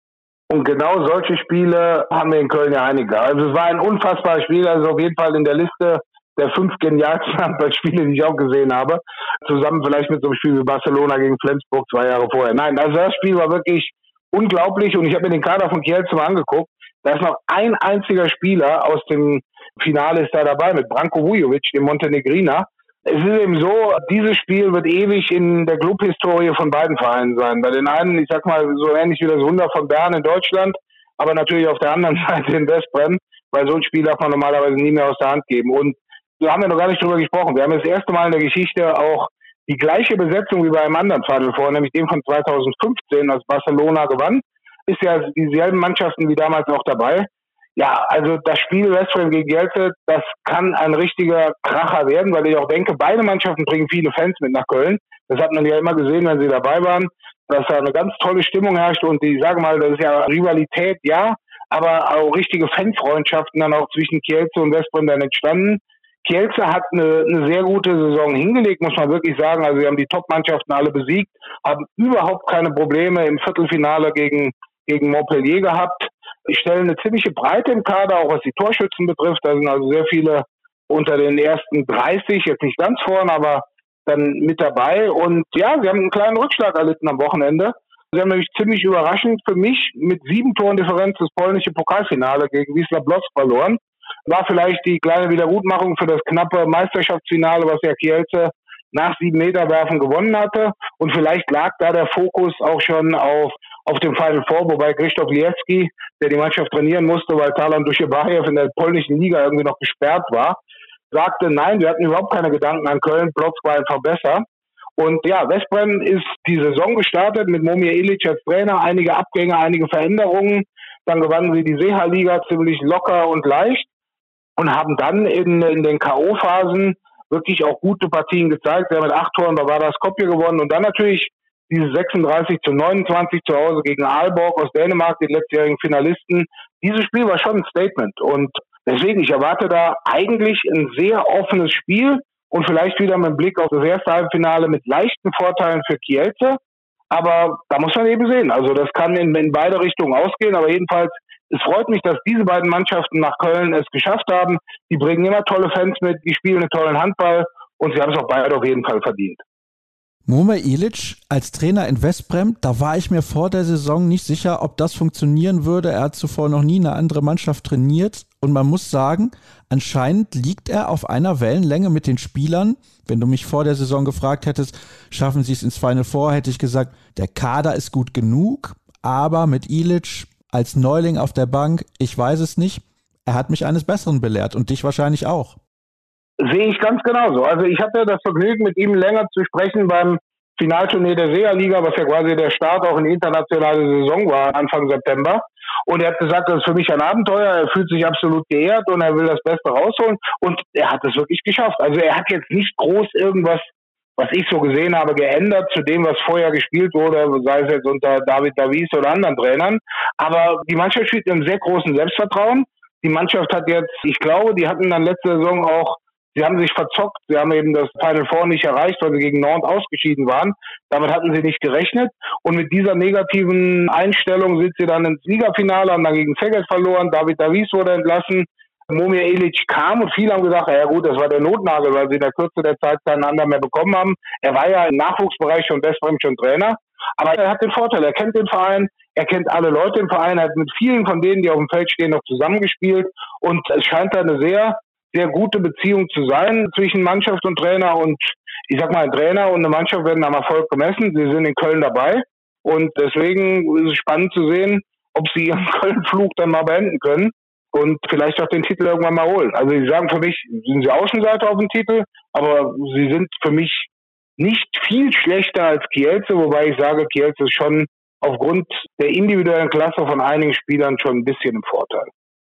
Und genau solche Spiele haben wir in Köln ja einige. Also es war ein unfassbares Spiel, also auf jeden Fall in der Liste der fünf genialsten Handballspiele, die ich auch gesehen habe. Zusammen vielleicht mit so einem Spiel wie Barcelona gegen Flensburg zwei Jahre vorher. Nein, also das Spiel war wirklich unglaublich und ich habe mir den Kader von Kielce mal angeguckt. Da ist noch ein einziger Spieler aus dem Finale ist da dabei mit Branko Vujovic, dem Montenegriner. Es ist eben so, dieses Spiel wird ewig in der Clubhistorie von beiden Vereinen sein. Bei den einen, ich sag mal, so ähnlich wie das Wunder von Bern in Deutschland, aber natürlich auf der anderen Seite in Westbrem, weil so ein Spiel darf man normalerweise nie mehr aus der Hand geben. Und da haben wir noch gar nicht drüber gesprochen. Wir haben das erste Mal in der Geschichte auch die gleiche Besetzung wie bei einem anderen Final Four, nämlich dem von zweitausendfünfzehn, als Barcelona gewann. Ist ja dieselben Mannschaften wie damals auch dabei. Ja, also das Spiel Westbrem gegen Kielce, das kann ein richtiger Kracher werden, weil ich auch denke, beide Mannschaften bringen viele Fans mit nach Köln. Das hat man ja immer gesehen, wenn sie dabei waren, dass da eine ganz tolle Stimmung herrscht und ich sage mal, das ist ja Rivalität, ja, aber auch richtige Fanfreundschaften dann auch zwischen Kielce und Westbrem dann entstanden. Kielce hat eine, eine sehr gute Saison hingelegt, muss man wirklich sagen. Also sie haben die Top-Mannschaften alle besiegt, haben überhaupt keine Probleme im Viertelfinale gegen, gegen Montpellier gehabt. Ich stelle eine ziemliche Breite im Kader, auch was die Torschützen betrifft. Da sind also sehr viele unter den ersten dreißig, jetzt nicht ganz vorne, aber dann mit dabei. Und ja, sie haben einen kleinen Rückschlag erlitten am Wochenende. Sie haben nämlich ziemlich überraschend für mich mit sieben Toren Differenz das polnische Pokalfinale gegen Wisła Płock verloren. War vielleicht die kleine Wiedergutmachung für das knappe Meisterschaftsfinale, was ja Kielce nach sieben Meter Werfen gewonnen hatte. Und vielleicht lag da der Fokus auch schon auf auf dem Final Four, wobei Krzysztof Liewski, der die Mannschaft trainieren musste, weil Talan Duschebajew in der polnischen Liga irgendwie noch gesperrt war, sagte, nein, wir hatten überhaupt keine Gedanken an Köln, Płock war einfach besser. Und ja, Westbrem ist die Saison gestartet mit Momir Ilic als Trainer, einige Abgänge, einige Veränderungen. Dann gewannen sie die Seeha-Liga ziemlich locker und leicht und haben dann in, in den K O-Phasen wirklich auch gute Partien gezeigt. Sie haben mit acht Toren Bavaria Skopje gewonnen und dann natürlich diese sechsunddreißig zu neunundzwanzig zu Hause gegen Aalborg aus Dänemark, den letztjährigen Finalisten. Dieses Spiel war schon ein Statement und deswegen, ich erwarte da eigentlich ein sehr offenes Spiel und vielleicht wieder mit Blick auf das erste Halbfinale mit leichten Vorteilen für Kielce. Aber da muss man eben sehen. Also das kann in, in beide Richtungen ausgehen, aber jedenfalls, es freut mich, dass diese beiden Mannschaften nach Köln es geschafft haben. Die bringen immer tolle Fans mit, die spielen einen tollen Handball und sie haben es auch beide auf jeden Fall verdient. Momir Ilic als Trainer in Westbrem, da war ich mir vor der Saison nicht sicher, ob das funktionieren würde. Er hat zuvor noch nie eine andere Mannschaft trainiert und man muss sagen, anscheinend liegt er auf einer Wellenlänge mit den Spielern. Wenn du mich vor der Saison gefragt hättest, schaffen sie es ins Final Four, hätte ich gesagt, der Kader ist gut genug, aber mit Ilic als Neuling auf der Bank, ich weiß es nicht. Er hat mich eines Besseren belehrt und dich wahrscheinlich auch. Sehe ich ganz genauso. Also ich hatte das Vergnügen, mit ihm länger zu sprechen beim Finalturnier der Seeha-Liga, was ja quasi der Start auch in die internationale Saison war, Anfang September. Und er hat gesagt, das ist für mich ein Abenteuer, er fühlt sich absolut geehrt und er will das Beste rausholen. Und er hat es wirklich geschafft. Also er hat jetzt nicht groß irgendwas, was ich so gesehen habe, geändert zu dem, was vorher gespielt wurde, sei es jetzt unter David Davies oder anderen Trainern. Aber die Mannschaft spielt mit einem sehr großen Selbstvertrauen. Die Mannschaft hat jetzt, ich glaube, die hatten dann letzte Saison auch Sie haben sich verzockt, sie haben eben das Final Four nicht erreicht, weil sie gegen Nantes ausgeschieden waren. Damit hatten sie nicht gerechnet. Und mit dieser negativen Einstellung sind sie dann ins Ligafinale, haben dann gegen Szeged verloren, David Davies wurde entlassen, Momir Ilic kam und viele haben gesagt, ja gut, das war der Notnagel, weil sie in der Kürze der Zeit keinen anderen mehr bekommen haben. Er war ja im Nachwuchsbereich von Westbrem schon Trainer, aber er hat den Vorteil, er kennt den Verein, er kennt alle Leute im Verein, er hat mit vielen von denen, die auf dem Feld stehen, noch zusammengespielt und es scheint da eine sehr sehr gute Beziehung zu sein zwischen Mannschaft und Trainer und ich sag mal, ein Trainer und eine Mannschaft werden am Erfolg gemessen. Sie sind in Köln dabei und deswegen ist es spannend zu sehen, ob sie ihren Köln-Flug dann mal beenden können und vielleicht auch den Titel irgendwann mal holen. Also sie sagen für mich, sind sie Außenseiter auf dem Titel, aber sie sind für mich nicht viel schlechter als Kielce, wobei ich sage, Kielce ist schon aufgrund der individuellen Klasse von einigen Spielern schon ein bisschen im Vorteil.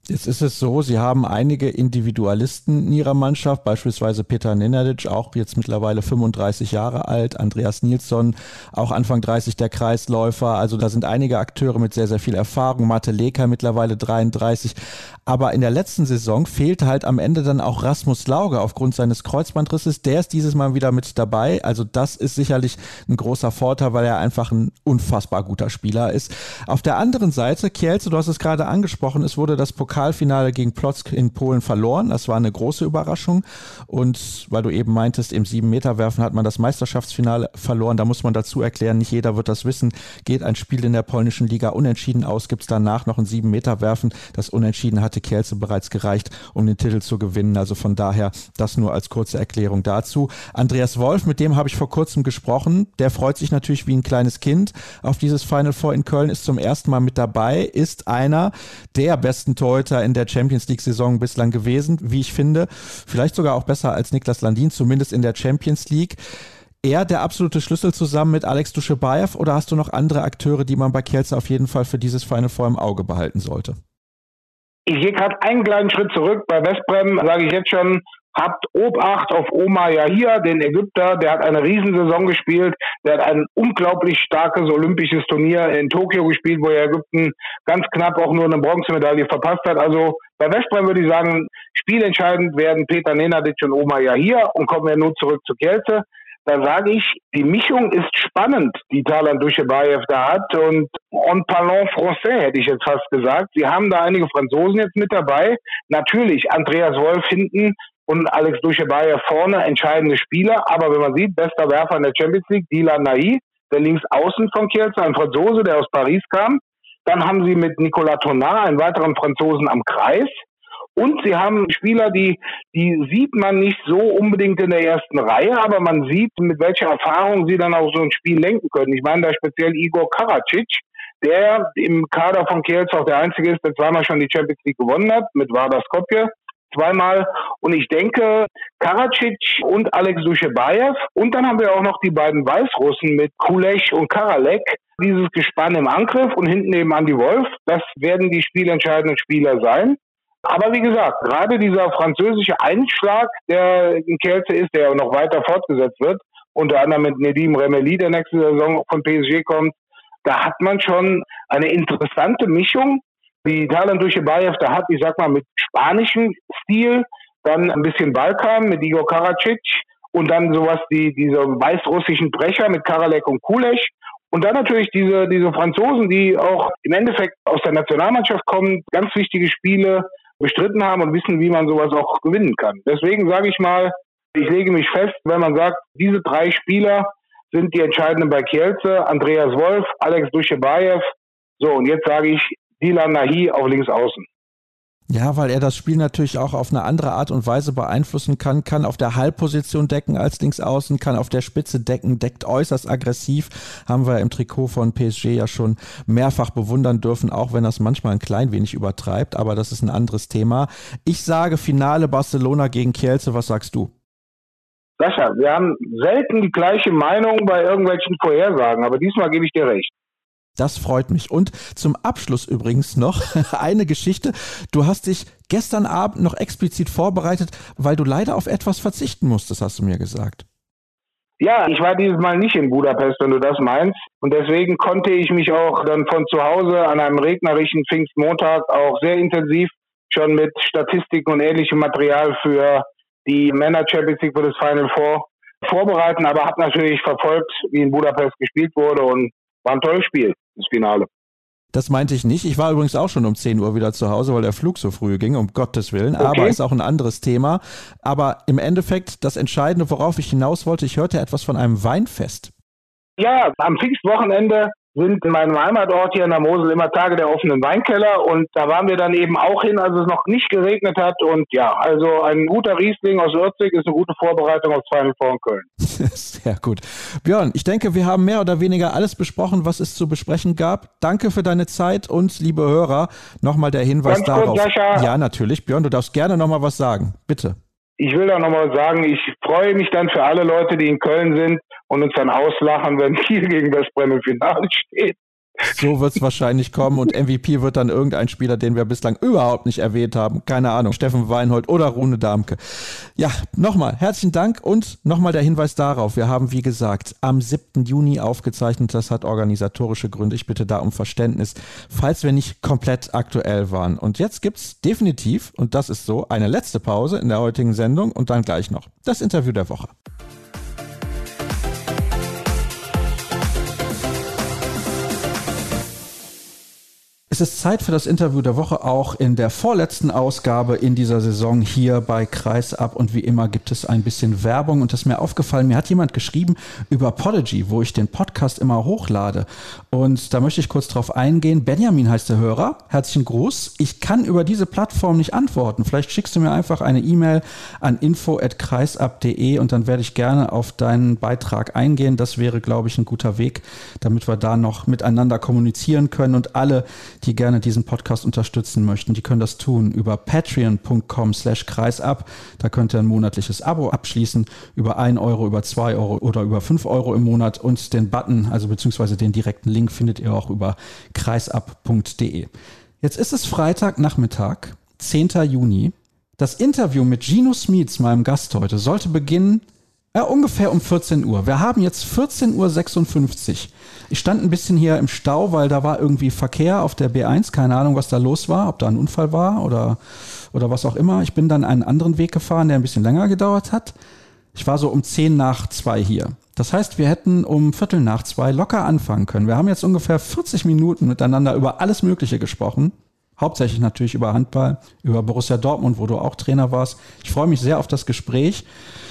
Jetzt ist es so, Sie haben einige Individualisten in Ihrer Mannschaft, beispielsweise Petar Nenadic, auch jetzt mittlerweile fünfunddreißig Jahre alt, Andreas Nilsson, auch Anfang dreißig der Kreisläufer. Also da sind einige Akteure mit sehr, sehr viel Erfahrung. Mate Leka mittlerweile dreiunddreißig. Aber in der letzten Saison fehlte halt am Ende dann auch Rasmus Lauge aufgrund seines Kreuzbandrisses. Der ist dieses Mal wieder mit dabei. Also das ist sicherlich ein großer Vorteil, weil er einfach ein unfassbar guter Spieler ist. Auf der anderen Seite, Kielce, du hast es gerade angesprochen, es wurde das Pokalfinale gegen Płock in Polen verloren. Das war eine große Überraschung. Und weil du eben meintest, im sieben-Meter-Werfen hat man das Meisterschaftsfinale verloren. Da muss man dazu erklären, nicht jeder wird das wissen. Geht ein Spiel in der polnischen Liga unentschieden aus, gibt es danach noch ein sieben-Meter-Werfen. Das Unentschieden hatte Kielce bereits gereicht, um den Titel zu gewinnen. Also von daher das nur als kurze Erklärung dazu. Andreas Wolf, mit dem habe ich vor kurzem gesprochen. Der freut sich natürlich wie ein kleines Kind auf dieses Final Four in Köln, ist zum ersten Mal mit dabei, ist einer der besten Torhüter in der Champions League-Saison bislang gewesen, wie ich finde. Vielleicht sogar auch besser als Niklas Landin, zumindest in der Champions League. Er der absolute Schlüssel zusammen mit Alex Duschebaev, oder hast du noch andere Akteure, die man bei Kielce auf jeden Fall für dieses Final Four im Auge behalten sollte? Ich gehe gerade einen kleinen Schritt zurück. Bei Westbrem sage ich jetzt schon, habt Obacht auf Omar Yahia, den Ägypter. Der hat eine Riesensaison gespielt. Der hat ein unglaublich starkes olympisches Turnier in Tokio gespielt, wo Ägypten ganz knapp auch nur eine Bronzemedaille verpasst hat. Also bei Westbrem würde ich sagen, spielentscheidend werden Petar Nenadic und Omar Yahia. Und kommen wir nun zurück zu Kielce. Da sage ich, die Mischung ist spannend, die Talan Duschebaev da hat. Und en parlant français hätte ich jetzt fast gesagt. Sie haben da einige Franzosen jetzt mit dabei. Natürlich Andreas Wolf hinten und Alex Duschebaev vorne, entscheidende Spieler. Aber wenn man sieht, bester Werfer in der Champions League, Dylan Nahi, der Linksaußen von Kielce, ein Franzose, der aus Paris kam. Dann haben sie mit Nicolas Tonard einen weiteren Franzosen am Kreis. Und sie haben Spieler, die, die sieht man nicht so unbedingt in der ersten Reihe, aber man sieht, mit welcher Erfahrung sie dann auch so ein Spiel lenken können. Ich meine da speziell Igor Karacic, der im Kader von Kielce auch der Einzige ist, der zweimal schon die Champions League gewonnen hat, mit Vardar Skopje zweimal. Und ich denke, Karacic und Alex Duschebaev, und dann haben wir auch noch die beiden Weißrussen mit Kuleš und Karalek, dieses Gespann im Angriff und hinten eben Andy Wolf, das werden die spielentscheidenden Spieler sein. Aber wie gesagt, gerade dieser französische Einschlag, der in Kielce ist, der noch weiter fortgesetzt wird, unter anderem mit Nedim Remeli, der nächste Saison von P S G kommt, da hat man schon eine interessante Mischung, die Talan Duschebaev da hat, ich sag mal, mit spanischem Stil, dann ein bisschen Balkan mit Igor Karacic und dann sowas wie diese weißrussischen Brecher mit Karalek und Kuleš. Und dann natürlich diese, diese Franzosen, die auch im Endeffekt aus der Nationalmannschaft kommen, ganz wichtige Spiele bestritten haben und wissen, wie man sowas auch gewinnen kann. Deswegen sage ich mal, ich lege mich fest, wenn man sagt, diese drei Spieler sind die entscheidenden bei Kielce, Andreas Wolf, Alex Duschebaev, so, und jetzt sage ich Dylan Nahi auf links außen. Ja, weil er das Spiel natürlich auch auf eine andere Art und Weise beeinflussen kann, kann auf der Halbposition decken als Linksaußen, kann auf der Spitze decken, deckt äußerst aggressiv, haben wir im Trikot von P S G ja schon mehrfach bewundern dürfen, auch wenn das manchmal ein klein wenig übertreibt, aber das ist ein anderes Thema. Ich sage Finale Barcelona gegen Kielce, was sagst du? Sascha, wir haben selten die gleiche Meinung bei irgendwelchen Vorhersagen, aber diesmal gebe ich dir recht. Das freut mich. Und zum Abschluss übrigens noch eine Geschichte. Du hast dich gestern Abend noch explizit vorbereitet, weil du leider auf etwas verzichten musstest, hast du mir gesagt. Ja, ich war dieses Mal nicht in Budapest, wenn du das meinst. Und deswegen konnte ich mich auch dann von zu Hause an einem regnerischen Pfingstmontag auch sehr intensiv schon mit Statistiken und ähnlichem Material für die Männer Champions League für das Final Four vorbereiten, aber habe natürlich verfolgt, wie in Budapest gespielt wurde, und war ein tolles Spiel, das Finale. Das meinte ich nicht. Ich war übrigens auch schon um zehn Uhr wieder zu Hause, weil der Flug so früh ging, um Gottes Willen. Okay. Aber ist auch ein anderes Thema. Aber im Endeffekt das Entscheidende, worauf ich hinaus wollte, ich hörte etwas von einem Weinfest. Ja, am Pfingstwochenende sind in meinem Heimatort hier in der Mosel immer Tage der offenen Weinkeller, und da waren wir dann eben auch hin, als es noch nicht geregnet hat, und ja, also ein guter Riesling aus Ürzig ist eine gute Vorbereitung aufs Final Four in Köln. Sehr gut. Björn, ich denke, wir haben mehr oder weniger alles besprochen, was es zu besprechen gab. Danke für deine Zeit, und liebe Hörer, nochmal der Hinweis Ganz darauf. Kurz, Sascha. Ja, natürlich. Björn, du darfst gerne nochmal was sagen. Bitte. Ich will da nochmal sagen, ich freue mich dann für alle Leute, die in Köln sind und uns dann auslachen, wenn Kiel gegen Westbrem im Finale steht. So wird es wahrscheinlich kommen und M V P wird dann irgendein Spieler, den wir bislang überhaupt nicht erwähnt haben. Keine Ahnung, Steffen Weinhold oder Rune Darmke. Ja, nochmal herzlichen Dank und nochmal der Hinweis darauf. Wir haben, wie gesagt, am siebten Juni aufgezeichnet. Das hat organisatorische Gründe. Ich bitte da um Verständnis, falls wir nicht komplett aktuell waren. Und jetzt gibt's definitiv, und das ist so, eine letzte Pause in der heutigen Sendung und dann gleich noch das Interview der Woche. Es ist Zeit für das Interview der Woche, auch in der vorletzten Ausgabe in dieser Saison hier bei Kreisab. Und wie immer gibt es ein bisschen Werbung. Und das ist mir aufgefallen, mir hat jemand geschrieben über Podigy, wo ich den Podcast immer hochlade. Und da möchte ich kurz drauf eingehen. Benjamin heißt der Hörer. Herzlichen Gruß. Ich kann über diese Plattform nicht antworten. Vielleicht schickst du mir einfach eine E-Mail an info at kreisab punkt de und dann werde ich gerne auf deinen Beitrag eingehen. Das wäre, glaube ich, ein guter Weg, damit wir da noch miteinander kommunizieren können und alle, die gerne diesen Podcast unterstützen möchten, die können das tun über patreon punkt com slash kreisab. Da könnt ihr ein monatliches Abo abschließen über ein Euro, über zwei Euro oder über fünf Euro im Monat und den Button, also beziehungsweise den direkten Link findet ihr auch über kreisab punkt de. Jetzt ist es Freitagnachmittag, zehnten Juni. Das Interview mit Gino Smits, meinem Gast heute, sollte beginnen ja, ungefähr um vierzehn Uhr. Wir haben jetzt vierzehn Uhr sechsundfünfzig. Ich stand ein bisschen hier im Stau, weil da war irgendwie Verkehr auf der B eins. Keine Ahnung, was da los war, ob da ein Unfall war oder, oder was auch immer. Ich bin dann einen anderen Weg gefahren, der ein bisschen länger gedauert hat. Ich war so um zehn nach zwei hier. Das heißt, wir hätten um Viertel nach zwei locker anfangen können. Wir haben jetzt ungefähr vierzig Minuten miteinander über alles Mögliche gesprochen. Hauptsächlich natürlich über Handball, über Borussia Dortmund, wo du auch Trainer warst. Ich freue mich sehr auf das Gespräch,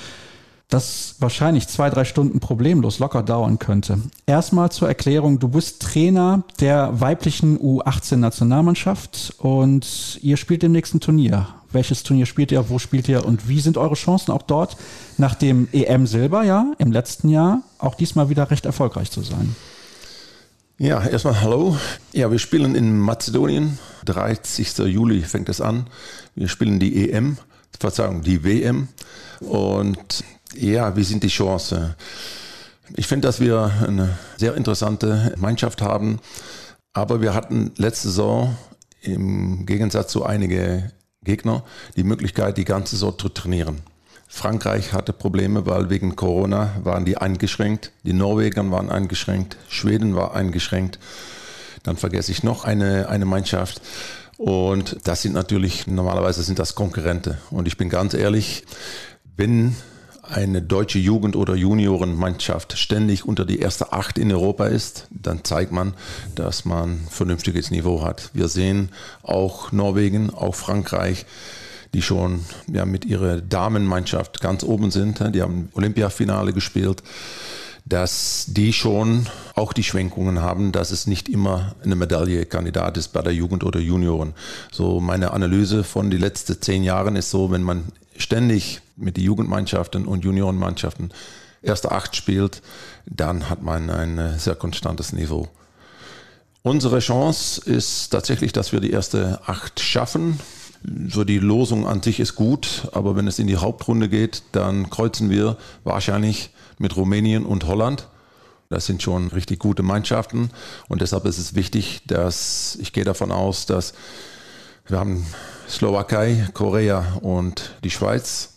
das wahrscheinlich zwei, drei Stunden problemlos locker dauern könnte. Erstmal zur Erklärung, du bist Trainer der weiblichen U achtzehn Nationalmannschaft und ihr spielt im nächsten Turnier. Welches Turnier spielt ihr, wo spielt ihr und wie sind eure Chancen auch dort nach dem E M-Silber, ja, im letzten Jahr, auch diesmal wieder recht erfolgreich zu sein? Ja, erstmal hallo. Ja, wir spielen in Mazedonien. dreißigsten Juli fängt es an. Wir spielen die E M, Verzeihung, die W M. Und ja, wie sind die Chancen? Ich finde, dass wir eine sehr interessante Mannschaft haben. Aber wir hatten letzte Saison im Gegensatz zu einigen Gegnern die Möglichkeit, die ganze Saison zu trainieren. Frankreich hatte Probleme, weil wegen Corona waren die eingeschränkt. Die Norweger waren eingeschränkt. Schweden war eingeschränkt. Dann vergesse ich noch eine, eine Mannschaft. Und das sind natürlich, normalerweise sind das Konkurrenten. Und ich bin ganz ehrlich, wenn eine deutsche Jugend- oder Juniorenmannschaft ständig unter die erste Acht in Europa ist, dann zeigt man, dass man ein vernünftiges Niveau hat. Wir sehen auch Norwegen, auch Frankreich, die schon ja, mit ihrer Damenmannschaft ganz oben sind. Die haben Olympiafinale gespielt, dass die schon auch die Schwenkungen haben, dass es nicht immer eine Medaillekandidat ist bei der Jugend oder Junioren. So meine Analyse von den letzten zehn Jahren ist so, wenn man ständig mit den Jugendmannschaften und Juniorenmannschaften erste Acht spielt, dann hat man ein sehr konstantes Niveau. Unsere Chance ist tatsächlich, dass wir die erste Acht schaffen. So die Losung an sich ist gut, aber wenn es in die Hauptrunde geht, dann kreuzen wir wahrscheinlich mit Rumänien und Holland. Das sind schon richtig gute Mannschaften und deshalb ist es wichtig, dass ich gehe davon aus, dass wir haben Slowakei, Korea und die Schweiz.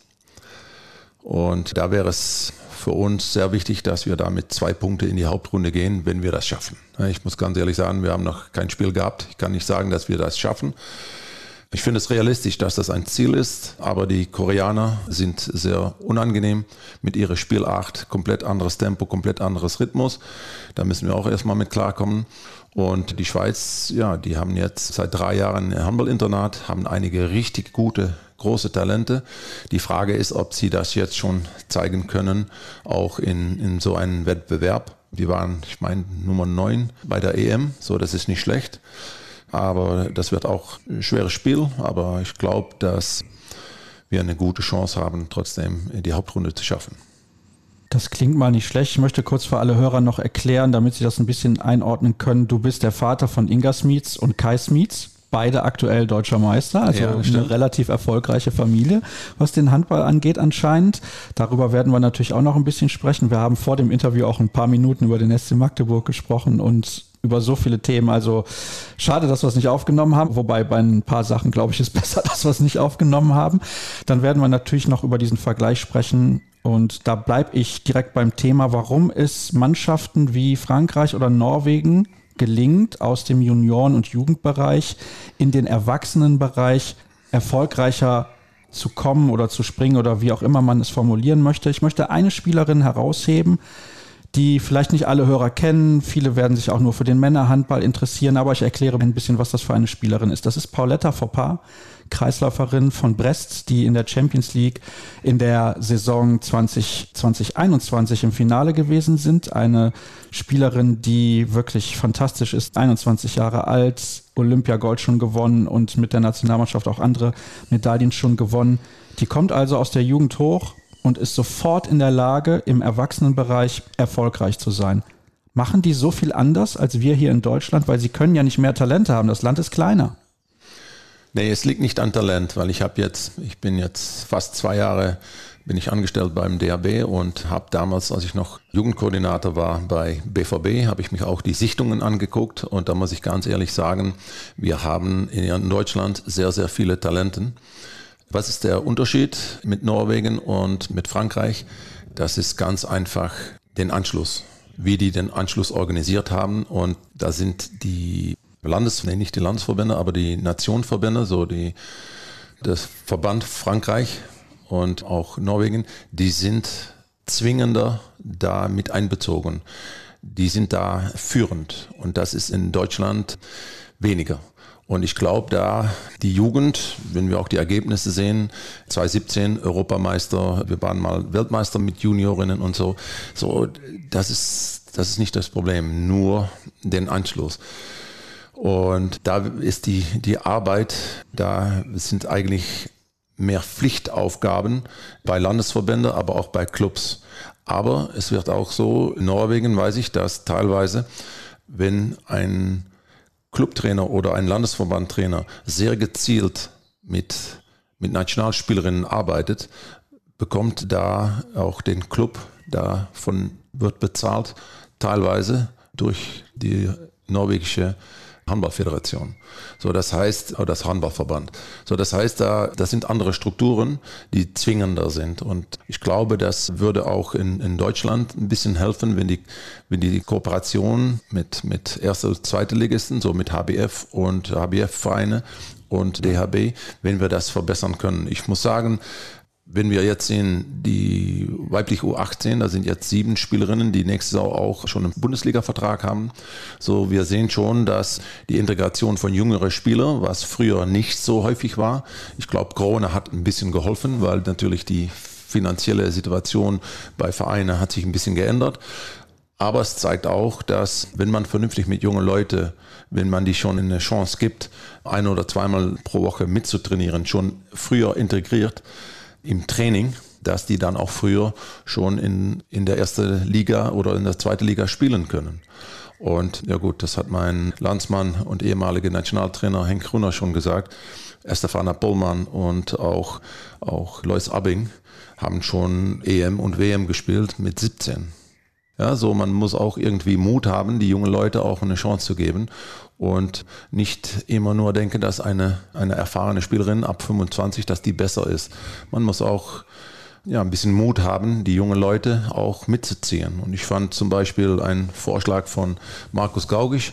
Und da wäre es für uns sehr wichtig, dass wir da mit zwei Punkten in die Hauptrunde gehen, wenn wir das schaffen. Ich muss ganz ehrlich sagen, wir haben noch kein Spiel gehabt. Ich kann nicht sagen, dass wir das schaffen. Ich finde es realistisch, dass das ein Ziel ist, aber die Koreaner sind sehr unangenehm mit ihrer Spielart. Komplett anderes Tempo, komplett anderes Rhythmus. Da müssen wir auch erstmal mit klarkommen. Und die Schweiz, ja, die haben jetzt seit drei Jahren ein Handball-Internat, haben einige richtig gute, große Talente. Die Frage ist, ob sie das jetzt schon zeigen können, auch in, in so einem Wettbewerb. Wir waren, ich meine, Nummer neun bei der E M, so das ist nicht schlecht. Aber das wird auch ein schweres Spiel, aber ich glaube, dass wir eine gute Chance haben, trotzdem die Hauptrunde zu schaffen. Das klingt mal nicht schlecht. Ich möchte kurz für alle Hörer noch erklären, damit sie das ein bisschen einordnen können. Du bist der Vater von Inga Smits und Kai Smits, beide aktuell deutscher Meister, also ja, eine relativ erfolgreiche Familie, was den Handball angeht anscheinend. Darüber werden wir natürlich auch noch ein bisschen sprechen. Wir haben vor dem Interview auch ein paar Minuten über den S C Magdeburg gesprochen und über so viele Themen. Also schade, dass wir es nicht aufgenommen haben. Wobei bei ein paar Sachen, glaube ich, ist besser, dass wir es nicht aufgenommen haben. Dann werden wir natürlich noch über diesen Vergleich sprechen. Und da bleibe ich direkt beim Thema, warum es Mannschaften wie Frankreich oder Norwegen gelingt, aus dem Junioren- und Jugendbereich in den Erwachsenenbereich erfolgreicher zu kommen oder zu springen oder wie auch immer man es formulieren möchte. Ich möchte eine Spielerin herausheben, die vielleicht nicht alle Hörer kennen. Viele werden sich auch nur für den Männerhandball interessieren, aber ich erkläre ein bisschen, was das für eine Spielerin ist. Das ist Pauletta Foppard, Kreisläuferin von Brest, die in der Champions League in der Saison zwanzig einundzwanzig im Finale gewesen sind. Eine Spielerin, die wirklich fantastisch ist, einundzwanzig Jahre alt, Olympiagold schon gewonnen und mit der Nationalmannschaft auch andere Medaillen schon gewonnen. Die kommt also aus der Jugend hoch und ist sofort in der Lage, im Erwachsenenbereich erfolgreich zu sein. Machen die so viel anders als wir hier in Deutschland? Weil sie können ja nicht mehr Talente haben. Das Land ist kleiner. Nee, es liegt nicht an Talent, weil ich habe jetzt, ich bin jetzt fast zwei Jahre, bin ich angestellt beim D H B und habe damals, als ich noch Jugendkoordinator war bei B V B, habe ich mich auch die Sichtungen angeguckt und da muss ich ganz ehrlich sagen, wir haben in Deutschland sehr, sehr viele Talenten. Was ist der Unterschied mit Norwegen und mit Frankreich? Das ist ganz einfach den Anschluss, wie die den Anschluss organisiert haben. Und da sind die Landes, nee, nicht die Landesverbände, aber die Nationenverbände, so die, das Verband Frankreich und auch Norwegen, die sind zwingender da mit einbezogen. Die sind da führend und das ist in Deutschland weniger. Und ich glaube, da die Jugend, wenn wir auch die Ergebnisse sehen, zwanzig siebzehn Europameister, wir waren mal Weltmeister mit Juniorinnen und so, so das ist, das ist nicht das Problem, nur den Anschluss. Und da ist die, die Arbeit, da sind eigentlich mehr Pflichtaufgaben bei Landesverbänden, aber auch bei Clubs. Aber es wird auch so, in Norwegen weiß ich, dass teilweise, wenn ein Clubtrainer oder ein Landesverbandtrainer sehr gezielt mit, mit Nationalspielerinnen arbeitet, bekommt da auch den Club, davon wird bezahlt, teilweise durch die norwegische Handballföderation. So, das heißt, oder das Handballverband. So, das heißt, da, das sind andere Strukturen, die zwingender sind. Und ich glaube, das würde auch in, in Deutschland ein bisschen helfen, wenn die, wenn die Kooperation mit, mit erster und zweiter Ligisten, so mit H B F und H B F-Vereine und D H B, wenn wir das verbessern können. Ich muss sagen, wenn wir jetzt sehen, die weibliche U achtzehn, da sind jetzt sieben Spielerinnen, die nächste Saison auch schon einen Bundesliga-Vertrag haben. So, wir sehen schon, dass die Integration von jüngeren Spielern, was früher nicht so häufig war, ich glaube, Corona hat ein bisschen geholfen, weil natürlich die finanzielle Situation bei Vereinen hat sich ein bisschen geändert. Aber es zeigt auch, dass wenn man vernünftig mit jungen Leuten, wenn man die schon eine Chance gibt, ein- oder zweimal pro Woche mitzutrainieren, schon früher integriert, im Training, dass die dann auch früher schon in, in der ersten Liga oder in der zweiten Liga spielen können. Und ja gut, das hat mein Landsmann und ehemaliger Nationaltrainer Henk Grüner schon gesagt. Estefana Pollmann und auch, auch Lois Abbing haben schon E M und W M gespielt mit siebzehn. Ja, so man muss auch irgendwie Mut haben, die jungen Leute auch eine Chance zu geben und nicht immer nur denken, dass eine, eine erfahrene Spielerin ab fünfundzwanzig, dass die besser ist. Man muss auch ja, ein bisschen Mut haben, die jungen Leute auch mitzuziehen. Und ich fand zum Beispiel einen Vorschlag von Markus Gaugisch.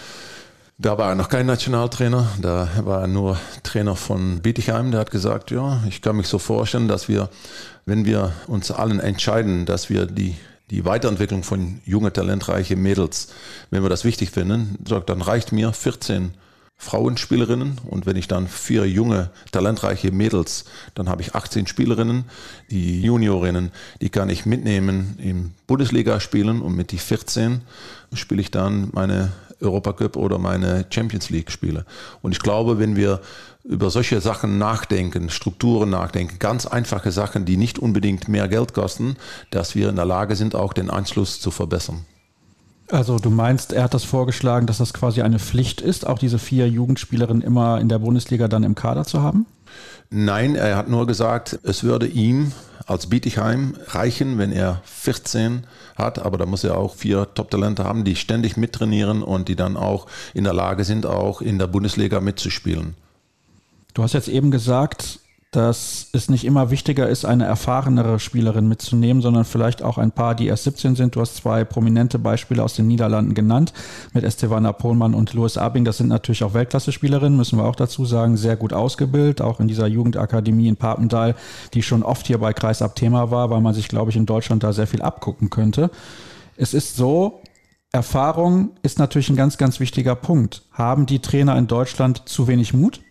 Da war er noch kein Nationaltrainer, da war er nur Trainer von Bietigheim. Der hat gesagt, ja, ich kann mich so vorstellen, dass wir, wenn wir uns allen entscheiden, dass wir die Die Weiterentwicklung von jungen, talentreichen Mädels, wenn wir das wichtig finden, sagt, dann reicht mir vierzehn Frauenspielerinnen und wenn ich dann vier junge, talentreiche Mädels, dann habe ich achtzehn Spielerinnen. Die Juniorinnen, die kann ich mitnehmen im Bundesliga spielen und mit die vierzehn spiele ich dann meine Europacup oder meine Champions League Spiele. Und ich glaube, wenn wir über solche Sachen nachdenken, Strukturen nachdenken, ganz einfache Sachen, die nicht unbedingt mehr Geld kosten, dass wir in der Lage sind, auch den Anschluss zu verbessern. Also du meinst, er hat das vorgeschlagen, dass das quasi eine Pflicht ist, auch diese vier Jugendspielerinnen immer in der Bundesliga dann im Kader zu haben? Nein, er hat nur gesagt, es würde ihm als Bietigheim reichen, wenn er vierzehn hat, aber da muss er auch vier Top-Talente haben, die ständig mittrainieren und die dann auch in der Lage sind, auch in der Bundesliga mitzuspielen. Du hast jetzt eben gesagt, dass es nicht immer wichtiger ist, eine erfahrenere Spielerin mitzunehmen, sondern vielleicht auch ein paar, die erst siebzehn sind. Du hast zwei prominente Beispiele aus den Niederlanden genannt, mit Estevana Pohlmann und Louis Abing. Das sind natürlich auch Weltklasse-Spielerinnen, müssen wir auch dazu sagen, sehr gut ausgebildet, auch in dieser Jugendakademie in Papendal, die schon oft hier bei Kreisab Thema war, weil man sich, glaube ich, in Deutschland da sehr viel abgucken könnte. Es ist so, Erfahrung ist natürlich ein ganz, ganz wichtiger Punkt. Haben die Trainer in Deutschland zu wenig Mut?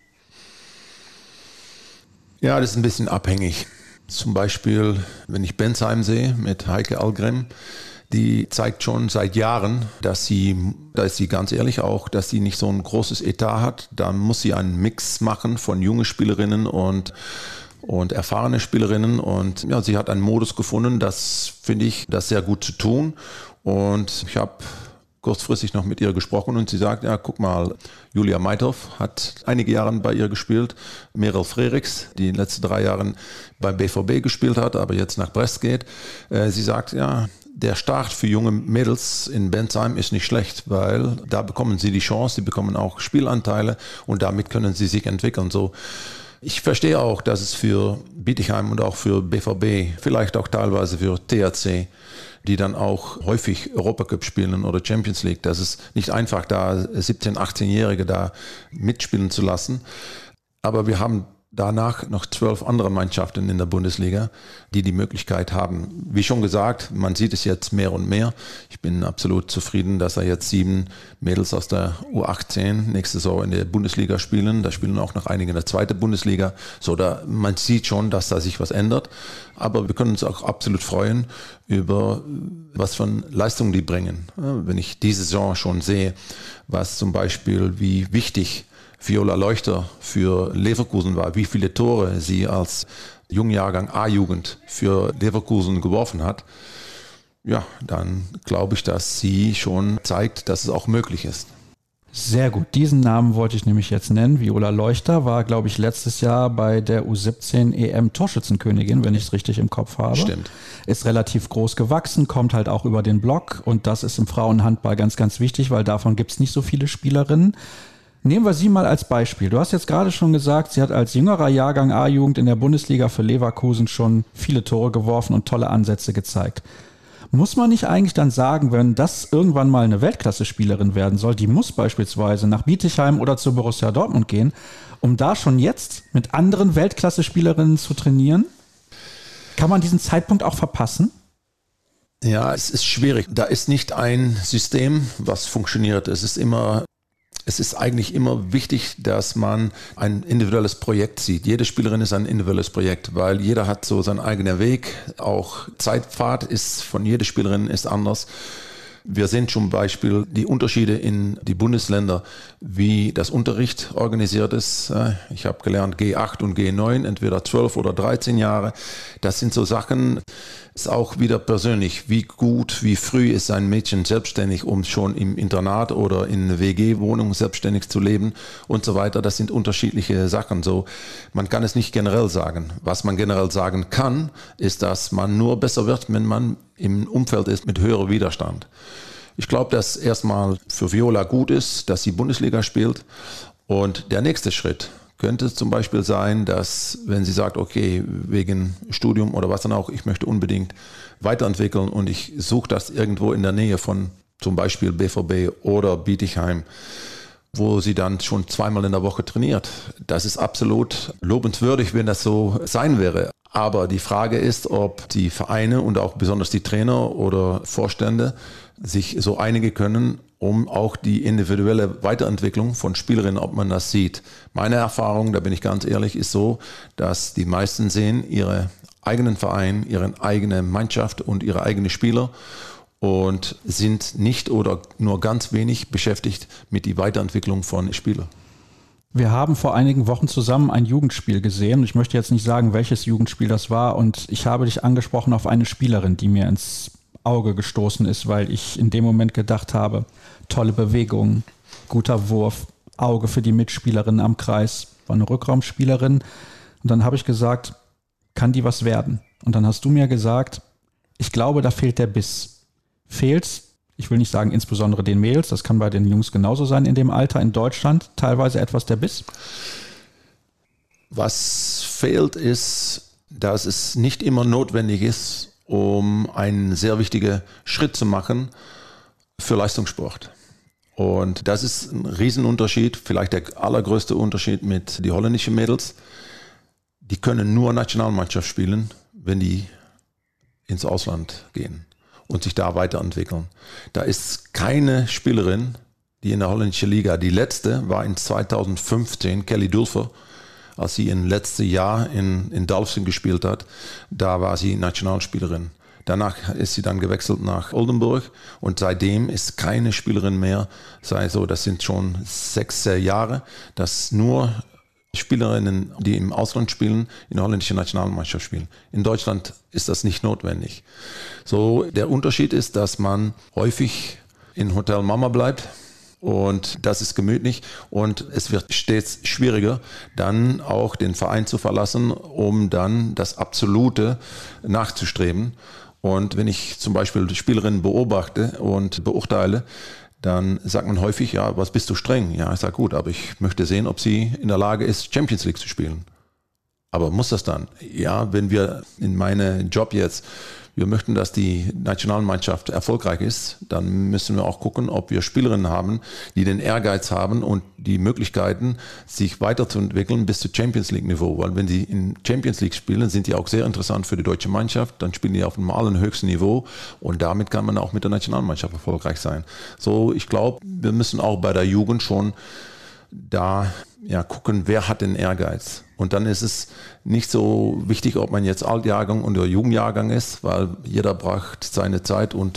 Ja, das ist ein bisschen abhängig. Zum Beispiel, wenn ich Bensheim sehe mit Heike Algrim, die zeigt schon seit Jahren, dass sie, da ist sie ganz ehrlich auch, dass sie nicht so ein großes Etat hat. Da muss sie einen Mix machen von junge Spielerinnen und, und erfahrene Spielerinnen. Und ja, sie hat einen Modus gefunden, das finde ich, das sehr gut zu tun. Und ich habe kurzfristig noch mit ihr gesprochen und sie sagt, ja, guck mal, Julia Meithoff hat einige Jahre bei ihr gespielt, Merel Frerichs, die in den letzten drei Jahren beim B V B gespielt hat, aber jetzt nach Brest geht. Sie sagt, ja, der Start für junge Mädels in Bensheim ist nicht schlecht, weil da bekommen sie die Chance, sie bekommen auch Spielanteile und damit können sie sich entwickeln. So, ich verstehe auch, dass es für Bietigheim und auch für B V B, vielleicht auch teilweise für T H C, die dann auch häufig Europacup spielen oder Champions League. Das ist nicht einfach, da siebzehn-, achtzehnjährige da mitspielen zu lassen. Aber wir haben danach noch zwölf andere Mannschaften in der Bundesliga, die die Möglichkeit haben. Wie schon gesagt, man sieht es jetzt mehr und mehr. Ich bin absolut zufrieden, dass er jetzt sieben Mädels aus der U achtzehn nächste Saison in der Bundesliga spielen. Da spielen auch noch einige in der zweiten Bundesliga. So, da, man sieht schon, dass da sich was ändert. Aber wir können uns auch absolut freuen über was für Leistungen die bringen. Wenn ich diese Saison schon sehe, was zum Beispiel, wie wichtig Viola Leuchter für Leverkusen war, wie viele Tore sie als Jungjahrgang A-Jugend für Leverkusen geworfen hat, ja, dann glaube ich, dass sie schon zeigt, dass es auch möglich ist. Sehr gut, diesen Namen wollte ich nämlich jetzt nennen. Viola Leuchter war, glaube ich, letztes Jahr bei der U siebzehn E M Torschützenkönigin, wenn ich es richtig im Kopf habe. Stimmt. Ist relativ groß gewachsen, kommt halt auch über den Block und das ist im Frauenhandball ganz, ganz wichtig, weil davon gibt es nicht so viele Spielerinnen. Nehmen wir sie mal als Beispiel. Du hast jetzt gerade schon gesagt, sie hat als jüngerer Jahrgang A-Jugend in der Bundesliga für Leverkusen schon viele Tore geworfen und tolle Ansätze gezeigt. Muss man nicht eigentlich dann sagen, wenn das irgendwann mal eine Weltklasse-Spielerin werden soll, die muss beispielsweise nach Bietigheim oder zu Borussia Dortmund gehen, um da schon jetzt mit anderen Weltklasse-Spielerinnen zu trainieren? Kann man diesen Zeitpunkt auch verpassen? Ja, es ist schwierig. Da ist nicht ein System, was funktioniert. Es ist immer Es ist eigentlich immer wichtig, dass man ein individuelles Projekt sieht. Jede Spielerin ist ein individuelles Projekt, weil jeder hat so seinen eigenen Weg. Auch Zeitpfad ist von jeder Spielerin ist anders. Wir sehen zum Beispiel die Unterschiede in die Bundesländer, wie das Unterricht organisiert ist. Ich habe gelernt G acht und G neun, entweder zwölf oder dreizehn Jahre. Das sind so Sachen, ist auch wieder persönlich. Wie gut, wie früh ist ein Mädchen selbstständig, um schon im Internat oder in einer W G-Wohnung selbstständig zu leben und so weiter. Das sind unterschiedliche Sachen. So, man kann es nicht generell sagen. Was man generell sagen kann, ist, dass man nur besser wird, wenn man im Umfeld ist mit höherem Widerstand. Ich glaube, dass erstmal für Viola gut ist, dass sie Bundesliga spielt. Und der nächste Schritt könnte zum Beispiel sein, dass wenn sie sagt, okay, wegen Studium oder was dann auch, ich möchte unbedingt weiterentwickeln und ich suche das irgendwo in der Nähe von zum Beispiel B V B oder Bietigheim, wo sie dann schon zweimal in der Woche trainiert. Das ist absolut lobenswürdig, wenn das so sein wäre. Aber die Frage ist, ob die Vereine und auch besonders die Trainer oder Vorstände sich so einigen können, um auch die individuelle Weiterentwicklung von Spielerinnen, ob man das sieht. Meine Erfahrung, da bin ich ganz ehrlich, ist so, dass die meisten sehen ihre eigenen Verein, ihre eigene Mannschaft und ihre eigenen Spieler und sind nicht oder nur ganz wenig beschäftigt mit der Weiterentwicklung von Spielern. Wir haben vor einigen Wochen zusammen ein Jugendspiel gesehen. Ich möchte jetzt nicht sagen, welches Jugendspiel das war. Und ich habe dich angesprochen auf eine Spielerin, die mir ins Auge gestoßen ist, weil ich in dem Moment gedacht habe, tolle Bewegung, guter Wurf, Auge für die Mitspielerin am Kreis, war eine Rückraumspielerin. Und dann habe ich gesagt, kann die was werden? Und dann hast du mir gesagt, ich glaube, da fehlt der Biss. Fehlt, ich will nicht sagen insbesondere den Mädels, das kann bei den Jungs genauso sein in dem Alter, in Deutschland teilweise etwas der Biss? Was fehlt ist, dass es nicht immer notwendig ist, um einen sehr wichtigen Schritt zu machen für Leistungssport. Und das ist ein Riesenunterschied, vielleicht der allergrößte Unterschied mit den holländischen Mädels. Die können nur Nationalmannschaft spielen, wenn die ins Ausland gehen und sich da weiterentwickeln. Da ist keine Spielerin, die in der holländischen Liga, die letzte war in zweitausendfünfzehn, Kelly Dulfer, als sie im letzten Jahr in, in Dalfsen gespielt hat, da war sie Nationalspielerin. Danach ist sie dann gewechselt nach Oldenburg und seitdem ist keine Spielerin mehr, sei so, das sind schon sechs Jahre, dass nur Spielerinnen, die im Ausland spielen, in der holländischen Nationalmannschaft spielen. In Deutschland ist das nicht notwendig. So, der Unterschied ist, dass man häufig in Hotel Mama bleibt. Und das ist gemütlich und es wird stets schwieriger, dann auch den Verein zu verlassen, um dann das Absolute nachzustreben. Und wenn ich zum Beispiel die Spielerinnen beobachte und beurteile, dann sagt man häufig, ja, was bist du streng? Ja, ich sage, gut, aber ich möchte sehen, ob sie in der Lage ist, Champions League zu spielen. Aber muss das dann? Ja, wenn wir in meinem Job jetzt, wir möchten, dass die Nationalmannschaft erfolgreich ist, dann müssen wir auch gucken, ob wir Spielerinnen haben, die den Ehrgeiz haben und die Möglichkeiten, sich weiterzuentwickeln bis zu Champions League Niveau. Weil wenn sie in Champions League spielen, sind die auch sehr interessant für die deutsche Mannschaft. Dann spielen die auf dem allerhöchsten Niveau und damit kann man auch mit der Nationalmannschaft erfolgreich sein. So, ich glaube, wir müssen auch bei der Jugend schon da ja, gucken, wer hat den Ehrgeiz. Und dann ist es nicht so wichtig, ob man jetzt Altjahrgang oder Jugendjahrgang ist, weil jeder braucht seine Zeit und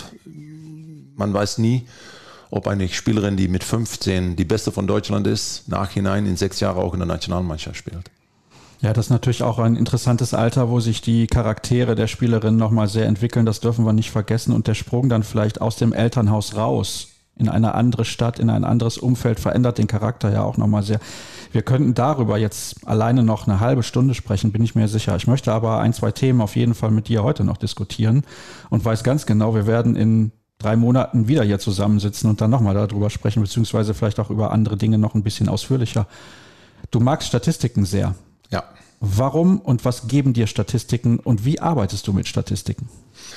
man weiß nie, ob eine Spielerin, die mit fünfzehn die beste von Deutschland ist, nachhinein in sechs Jahren auch in der Nationalmannschaft spielt. Ja, das ist natürlich auch ein interessantes Alter, wo sich die Charaktere der Spielerinnen nochmal sehr entwickeln. Das dürfen wir nicht vergessen. Und der Sprung dann vielleicht aus dem Elternhaus raus in eine andere Stadt, in ein anderes Umfeld, verändert den Charakter ja auch nochmal sehr. Wir könnten darüber jetzt alleine noch eine halbe Stunde sprechen, bin ich mir sicher. Ich möchte aber ein, zwei Themen auf jeden Fall mit dir heute noch diskutieren und weiß ganz genau, wir werden in drei Monaten wieder hier zusammensitzen und dann nochmal darüber sprechen, beziehungsweise vielleicht auch über andere Dinge noch ein bisschen ausführlicher. Du magst Statistiken sehr. Ja. Warum und was geben dir Statistiken und wie arbeitest du mit Statistiken?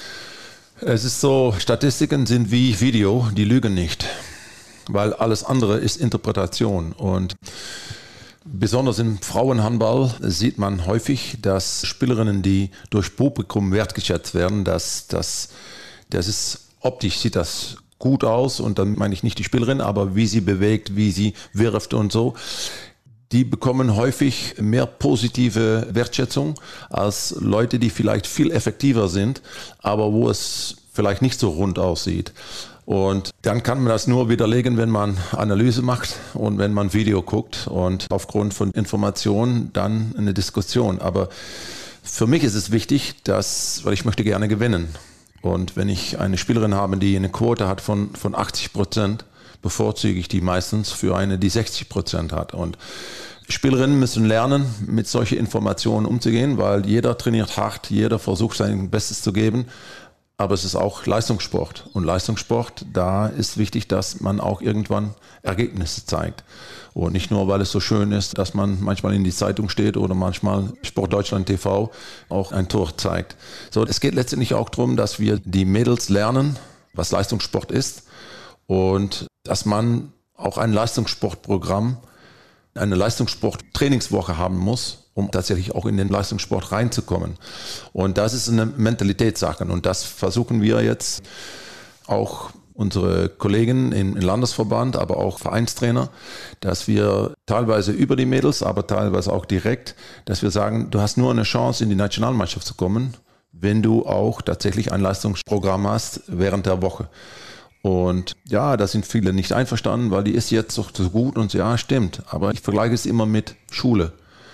Es ist so, Statistiken sind wie Video, die lügen nicht, weil alles andere ist Interpretation. Und besonders im Frauenhandball sieht man häufig, dass Spielerinnen, die durch Publikum wertgeschätzt werden, dass das, das ist optisch sieht das gut aus und dann meine ich nicht die Spielerin, aber wie sie bewegt, wie sie wirft und so. Die bekommen häufig mehr positive Wertschätzung als Leute, die vielleicht viel effektiver sind, aber wo es vielleicht nicht so rund aussieht. Und dann kann man das nur widerlegen, wenn man Analyse macht und wenn man Video guckt und aufgrund von Informationen dann eine Diskussion. Aber für mich ist es wichtig, dass, weil ich möchte gerne gewinnen. Und wenn ich eine Spielerin habe, die eine Quote hat von, von achtzig Prozent, bevorzuge ich die meistens für eine, die sechzig Prozent hat. Und Spielerinnen müssen lernen, mit solchen Informationen umzugehen, weil jeder trainiert hart, jeder versucht sein Bestes zu geben. Aber es ist auch Leistungssport. Und Leistungssport, da ist wichtig, dass man auch irgendwann Ergebnisse zeigt. Und nicht nur, weil es so schön ist, dass man manchmal in die Zeitung steht oder manchmal Sport Deutschland T V auch ein Tor zeigt. So, es geht letztendlich auch darum, dass wir die Mädels lernen, was Leistungssport ist. Und dass man auch ein Leistungssportprogramm, eine Leistungssport-Trainingswoche haben muss, um tatsächlich auch in den Leistungssport reinzukommen. Und das ist eine Mentalitätssache. Und das versuchen wir jetzt auch unsere Kollegen im Landesverband, aber auch Vereinstrainer, dass wir teilweise über die Mädels, aber teilweise auch direkt, dass wir sagen, du hast nur eine Chance, in die Nationalmannschaft zu kommen, wenn du auch tatsächlich ein Leistungsprogramm hast während der Woche. Und ja, da sind viele nicht einverstanden, weil die ist jetzt so, so gut und ja, stimmt. Aber ich vergleiche es immer mit Schule.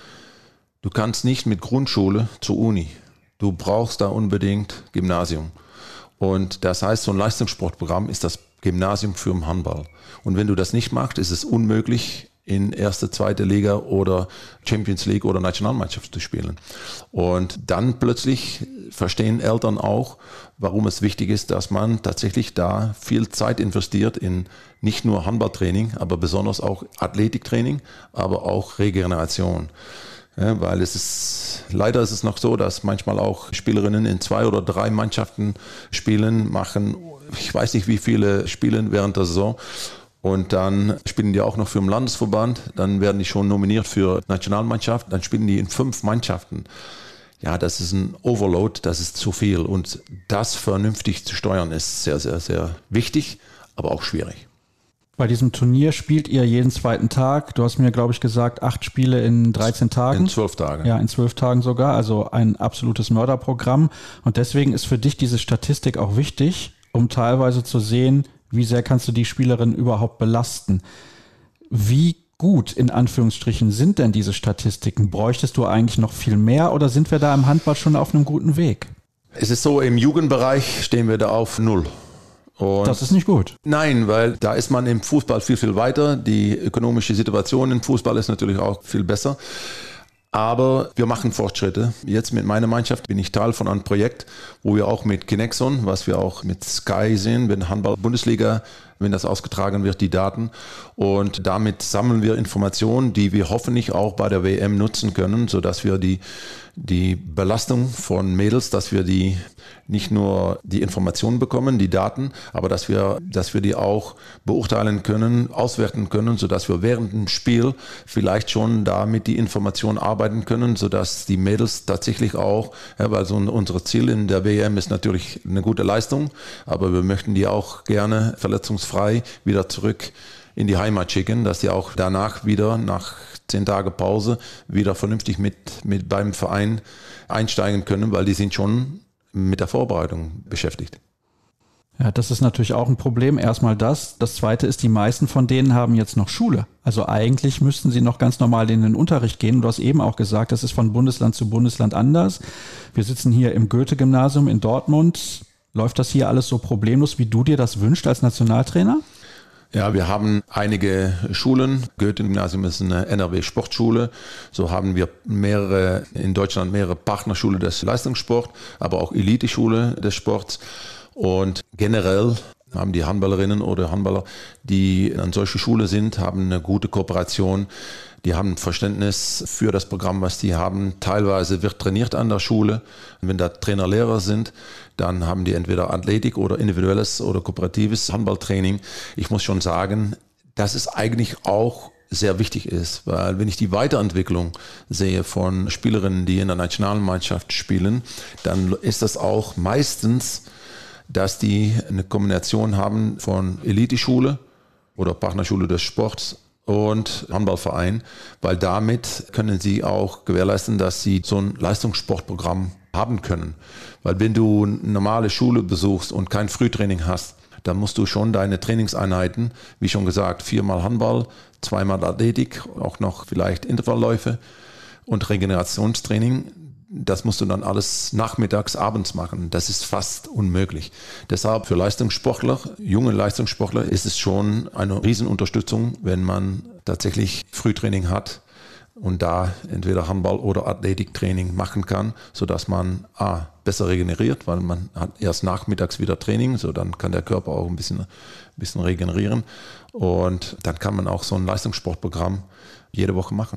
Du kannst nicht mit Grundschule zur Uni. Du brauchst da unbedingt Gymnasium. Und das heißt, so ein Leistungssportprogramm ist das Gymnasium für den Handball. Und wenn du das nicht machst, ist es unmöglich, in erste, zweite Liga oder Champions League oder Nationalmannschaft zu spielen. Und dann plötzlich verstehen Eltern auch, warum es wichtig ist, dass man tatsächlich da viel Zeit investiert in nicht nur Handballtraining, aber besonders auch Athletiktraining, aber auch Regeneration. Ja, weil es ist, leider ist es noch so, dass manchmal auch Spielerinnen in zwei oder drei Mannschaften spielen, machen, ich weiß nicht wie viele Spiele während der Saison. Und dann spielen die auch noch für den Landesverband, dann werden die schon nominiert für Nationalmannschaft, dann spielen die in fünf Mannschaften. Ja, das ist ein Overload, das ist zu viel. Und das vernünftig zu steuern ist sehr, sehr, sehr wichtig, aber auch schwierig. Bei diesem Turnier spielt ihr jeden zweiten Tag. Du hast mir, glaube ich, gesagt, acht Spiele in dreizehn Tagen. In zwölf Tagen. Ja, in zwölf Tagen sogar. Also ein absolutes Mörderprogramm. Und deswegen ist für dich diese Statistik auch wichtig, um teilweise zu sehen, wie sehr kannst du die Spielerin überhaupt belasten. Wie gut, in Anführungsstrichen, sind denn diese Statistiken? Bräuchtest du eigentlich noch viel mehr oder sind wir da im Handball schon auf einem guten Weg? Es ist so, im Jugendbereich stehen wir da auf null. Und das ist nicht gut. Nein, weil da ist man im Fußball viel, viel weiter. Die ökonomische Situation im Fußball ist natürlich auch viel besser. Aber wir machen Fortschritte. Jetzt mit meiner Mannschaft bin ich Teil von einem Projekt, wo wir auch mit Kinexon, was wir auch mit Sky sehen, wenn Handball-Bundesliga, wenn das ausgetragen wird, die Daten. Und damit sammeln wir Informationen, die wir hoffentlich auch bei der W M nutzen können, sodass wir die, die Belastung von Mädels, dass wir die nicht nur die Informationen bekommen, die Daten, aber dass wir, dass wir die auch beurteilen können, auswerten können, sodass wir während dem Spiel vielleicht schon damit die Informationen arbeiten können, sodass die Mädels tatsächlich auch, ja, weil so unser Ziel in der W M ist natürlich eine gute Leistung, aber wir möchten die auch gerne verletzungsfrei wieder zurück in die Heimat schicken, dass die auch danach wieder nach zehn Tage Pause wieder vernünftig mit, mit beim Verein einsteigen können, weil die sind schon mit der Vorbereitung beschäftigt. Ja, das ist natürlich auch ein Problem. Erstmal das. Das Zweite ist, die meisten von denen haben jetzt noch Schule. Also eigentlich müssten sie noch ganz normal in den Unterricht gehen. Du hast eben auch gesagt, das ist von Bundesland zu Bundesland anders. Wir sitzen hier im Goethe-Gymnasium in Dortmund. Läuft das hier alles so problemlos, wie du dir das wünschst als Nationaltrainer? Ja, wir haben einige Schulen. Goethe-Gymnasium ist eine N R W-Sportschule. So haben wir mehrere, in Deutschland mehrere Partnerschulen des Leistungssports, aber auch Elite-Schule des Sports. Und generell haben die Handballerinnen oder Handballer, die an solche Schule sind, haben eine gute Kooperation. Die haben Verständnis für das Programm, was die haben. Teilweise wird trainiert an der Schule. Und wenn da Trainer, Lehrer sind, dann haben die entweder Athletik oder individuelles oder kooperatives Handballtraining. Ich muss schon sagen, dass es eigentlich auch sehr wichtig ist, weil wenn ich die Weiterentwicklung sehe von Spielerinnen, die in der Nationalmannschaft spielen, dann ist das auch meistens, dass die eine Kombination haben von Eliteschule oder Partnerschule des Sports und Handballverein, weil damit können sie auch gewährleisten, dass sie so ein Leistungssportprogramm haben können. Weil wenn du eine normale Schule besuchst und kein Frühtraining hast, dann musst du schon deine Trainingseinheiten, wie schon gesagt, viermal Handball, zweimal Athletik, auch noch vielleicht Intervallläufe und Regenerationstraining. Das musst du dann alles nachmittags, abends machen. Das ist fast unmöglich. Deshalb für Leistungssportler, junge Leistungssportler, ist es schon eine Riesenunterstützung, wenn man tatsächlich Frühtraining hat und da entweder Handball- oder Athletiktraining machen kann, sodass man A, besser regeneriert, weil man hat erst nachmittags wieder Training, so dann kann der Körper auch ein bisschen, ein bisschen regenerieren. Und dann kann man auch so ein Leistungssportprogramm jede Woche machen.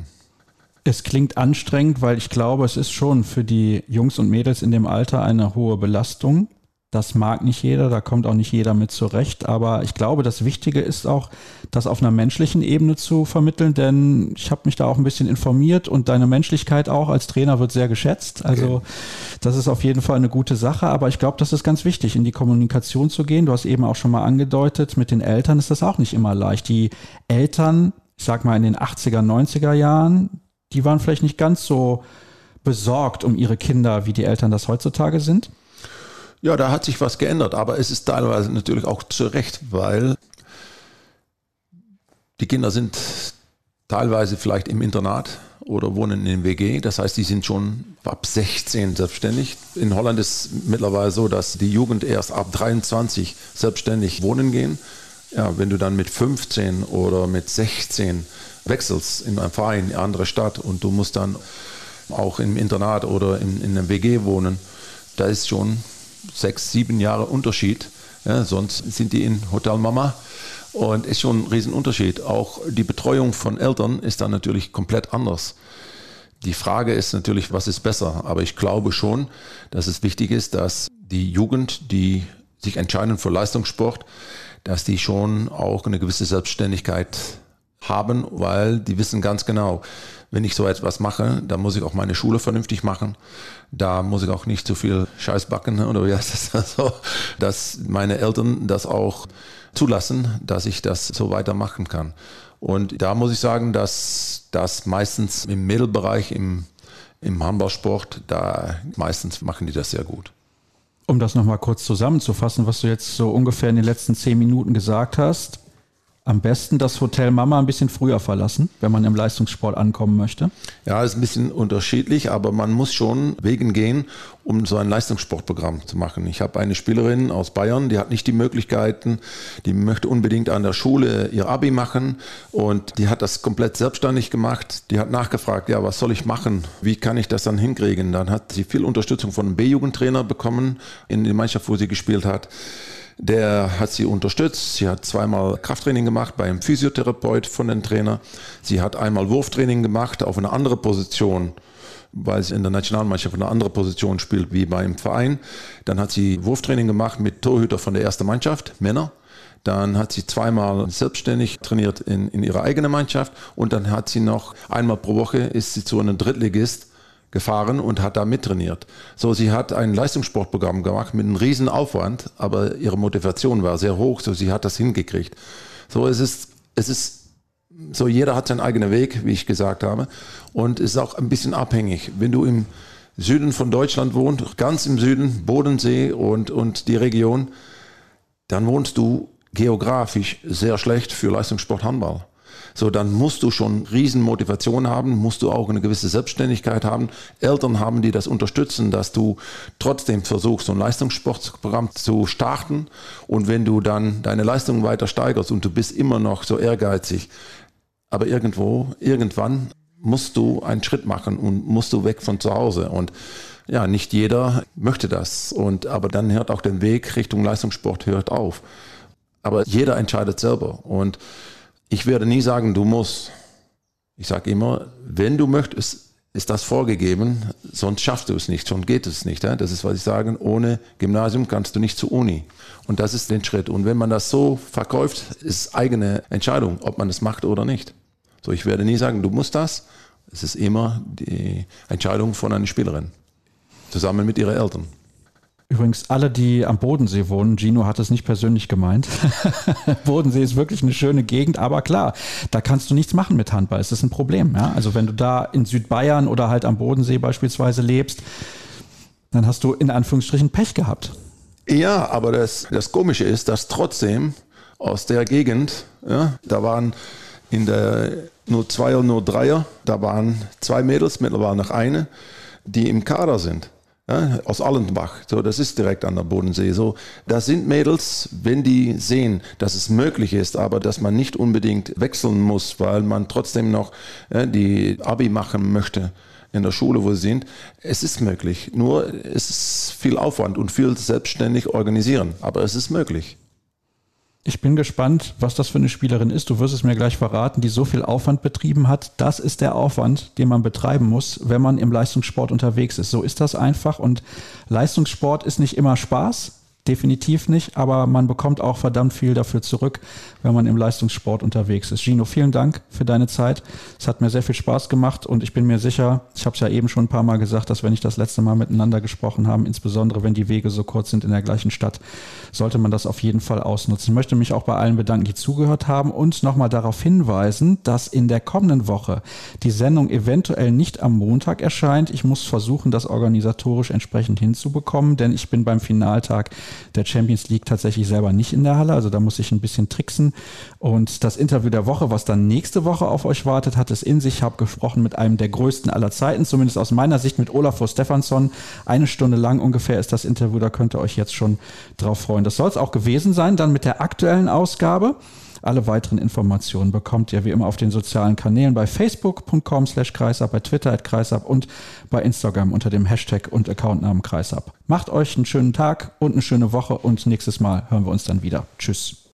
Es klingt anstrengend, weil ich glaube, es ist schon für die Jungs und Mädels in dem Alter eine hohe Belastung. Das mag nicht jeder, da kommt auch nicht jeder mit zurecht. Aber ich glaube, das Wichtige ist auch, das auf einer menschlichen Ebene zu vermitteln, denn ich habe mich da auch ein bisschen informiert und deine Menschlichkeit auch als Trainer wird sehr geschätzt. Also okay. Das ist auf jeden Fall eine gute Sache, aber ich glaube, das ist ganz wichtig, in die Kommunikation zu gehen. Du hast eben auch schon mal angedeutet, mit den Eltern ist das auch nicht immer leicht. Die Eltern, ich sag mal in den achtziger, neunziger Jahren, die waren vielleicht nicht ganz so besorgt um ihre Kinder, wie die Eltern das heutzutage sind? Ja, da hat sich was geändert, aber es ist teilweise natürlich auch zu Recht, weil die Kinder sind teilweise vielleicht im Internat oder wohnen in W G. Das heißt, die sind schon ab sechzehn selbstständig. In Holland ist es mittlerweile so, dass die Jugend erst ab dreiundzwanzig selbstständig wohnen gehen. Ja, wenn du dann mit fünfzehn oder mit sechzehn wechselst in einem Verein, in eine andere Stadt und du musst dann auch im Internat oder in, in einem W G wohnen, da ist schon sechs, sieben Jahre Unterschied. Ja, sonst sind die in Hotel Mama und ist schon ein Riesenunterschied. Auch die Betreuung von Eltern ist dann natürlich komplett anders. Die Frage ist natürlich, was ist besser? Aber ich glaube schon, dass es wichtig ist, dass die Jugend, die sich entscheiden für Leistungssport, dass die schon auch eine gewisse Selbstständigkeit haben, weil die wissen ganz genau, wenn ich so etwas mache, dann muss ich auch meine Schule vernünftig machen. Da muss ich auch nicht zu viel Scheiß backen, oder wie heißt das so, dass meine Eltern das auch zulassen, dass ich das so weitermachen kann. Und da muss ich sagen, dass das meistens im Mädelbereich, im, im Handballsport, da meistens machen die das sehr gut. Um das nochmal kurz zusammenzufassen, was du jetzt so ungefähr in den letzten zehn Minuten gesagt hast, am besten das Hotel Mama ein bisschen früher verlassen, wenn man im Leistungssport ankommen möchte? Ja, ist ein bisschen unterschiedlich, aber man muss schon Wegen gehen, um so ein Leistungssportprogramm zu machen. Ich habe eine Spielerin aus Bayern, die hat nicht die Möglichkeiten, die möchte unbedingt an der Schule ihr Abi machen und die hat das komplett selbstständig gemacht. Die hat nachgefragt, ja, was soll ich machen? Wie kann ich das dann hinkriegen? Dann hat sie viel Unterstützung von einem B-Jugendtrainer bekommen in der Mannschaft, wo sie gespielt hat. Der hat sie unterstützt. Sie hat zweimal Krafttraining gemacht bei einem Physiotherapeut von dem Trainer. Sie hat einmal Wurftraining gemacht auf eine andere Position, weil sie in der Nationalmannschaft eine andere Position spielt wie beim Verein. Dann hat sie Wurftraining gemacht mit Torhüter von der ersten Mannschaft, Männer. Dann hat sie zweimal selbstständig trainiert in, in ihrer eigenen Mannschaft. Und dann hat sie noch einmal pro Woche ist sie zu einem Drittligist gefahren und hat da mittrainiert. So, sie hat ein Leistungssportprogramm gemacht mit einem riesen Aufwand, aber ihre Motivation war sehr hoch, so sie hat das hingekriegt. So, es ist, es ist, so jeder hat seinen eigenen Weg, wie ich gesagt habe, und es ist auch ein bisschen abhängig. Wenn du im Süden von Deutschland wohnst, ganz im Süden, Bodensee und, und die Region, dann wohnst du geografisch sehr schlecht für Leistungssport Handball. So, dann musst du schon riesen Motivation haben, musst du auch eine gewisse Selbstständigkeit haben. Eltern haben, die das unterstützen, dass du trotzdem versuchst, so ein Leistungssportprogramm zu starten. Und wenn du dann deine Leistung weiter steigerst und du bist immer noch so ehrgeizig, aber irgendwo, irgendwann musst du einen Schritt machen und musst du weg von zu Hause. Und ja, nicht jeder möchte das. Und, aber dann hört auch der Weg Richtung Leistungssport hört auf. Aber jeder entscheidet selber. Und ich werde nie sagen, du musst. Ich sage immer, wenn du möchtest, ist das vorgegeben, sonst schaffst du es nicht, sonst geht es nicht. Das ist, was ich sage, ohne Gymnasium kannst du nicht zur Uni. Und das ist der Schritt. Und wenn man das so verkauft, ist eigene Entscheidung, ob man es macht oder nicht. So, ich werde nie sagen, du musst das. Es ist immer die Entscheidung von einer Spielerin, zusammen mit ihren Eltern. Übrigens, alle, die am Bodensee wohnen, Gino hat es nicht persönlich gemeint. Bodensee ist wirklich eine schöne Gegend, aber klar, da kannst du nichts machen mit Handball. Es ist ein Problem. Ja? Also wenn du da in Südbayern oder halt am Bodensee beispielsweise lebst, dann hast du in Anführungsstrichen Pech gehabt. Ja, aber das, das Komische ist, dass trotzdem aus der Gegend, ja, da waren in der nur Zweier, nur Dreier, da waren zwei Mädels, mittlerweile noch eine, die im Kader sind. Ja, aus Allenbach, so, das ist direkt an der Bodensee. So, das sind Mädels, wenn die sehen, dass es möglich ist, aber dass man nicht unbedingt wechseln muss, weil man trotzdem noch ja, die Abi machen möchte in der Schule, wo sie sind. Es ist möglich, nur es ist viel Aufwand und viel selbstständig organisieren, aber es ist möglich. Ich bin gespannt, was das für eine Spielerin ist. Du wirst es mir gleich verraten, die so viel Aufwand betrieben hat. Das ist der Aufwand, den man betreiben muss, wenn man im Leistungssport unterwegs ist. So ist das einfach. Und Leistungssport ist nicht immer Spaß. Definitiv nicht, aber man bekommt auch verdammt viel dafür zurück, wenn man im Leistungssport unterwegs ist. Gino, vielen Dank für deine Zeit. Es hat mir sehr viel Spaß gemacht und ich bin mir sicher, ich habe es ja eben schon ein paar Mal gesagt, dass wir nicht das letzte Mal miteinander gesprochen haben, insbesondere wenn die Wege so kurz sind in der gleichen Stadt, sollte man das auf jeden Fall ausnutzen. Ich möchte mich auch bei allen bedanken, die zugehört haben und nochmal darauf hinweisen, dass in der kommenden Woche die Sendung eventuell nicht am Montag erscheint. Ich muss versuchen, das organisatorisch entsprechend hinzubekommen, denn ich bin beim Finaltag der Champions League tatsächlich selber nicht in der Halle, also da muss ich ein bisschen tricksen. Und das Interview der Woche, was dann nächste Woche auf euch wartet, hat es in sich. Ich habe gesprochen mit einem der größten aller Zeiten, zumindest aus meiner Sicht, mit Olafur Stefansson. Eine Stunde lang ungefähr ist das Interview, da könnt ihr euch jetzt schon drauf freuen. Das soll es auch gewesen sein, dann mit der aktuellen Ausgabe. Alle weiteren Informationen bekommt ihr wie immer auf den sozialen Kanälen bei facebook punkt com slash kreisab, bei Twitter at kreisab und bei Instagram unter dem Hashtag und Accountnamen kreisab. Macht euch einen schönen Tag und eine schöne Woche und nächstes Mal hören wir uns dann wieder. Tschüss.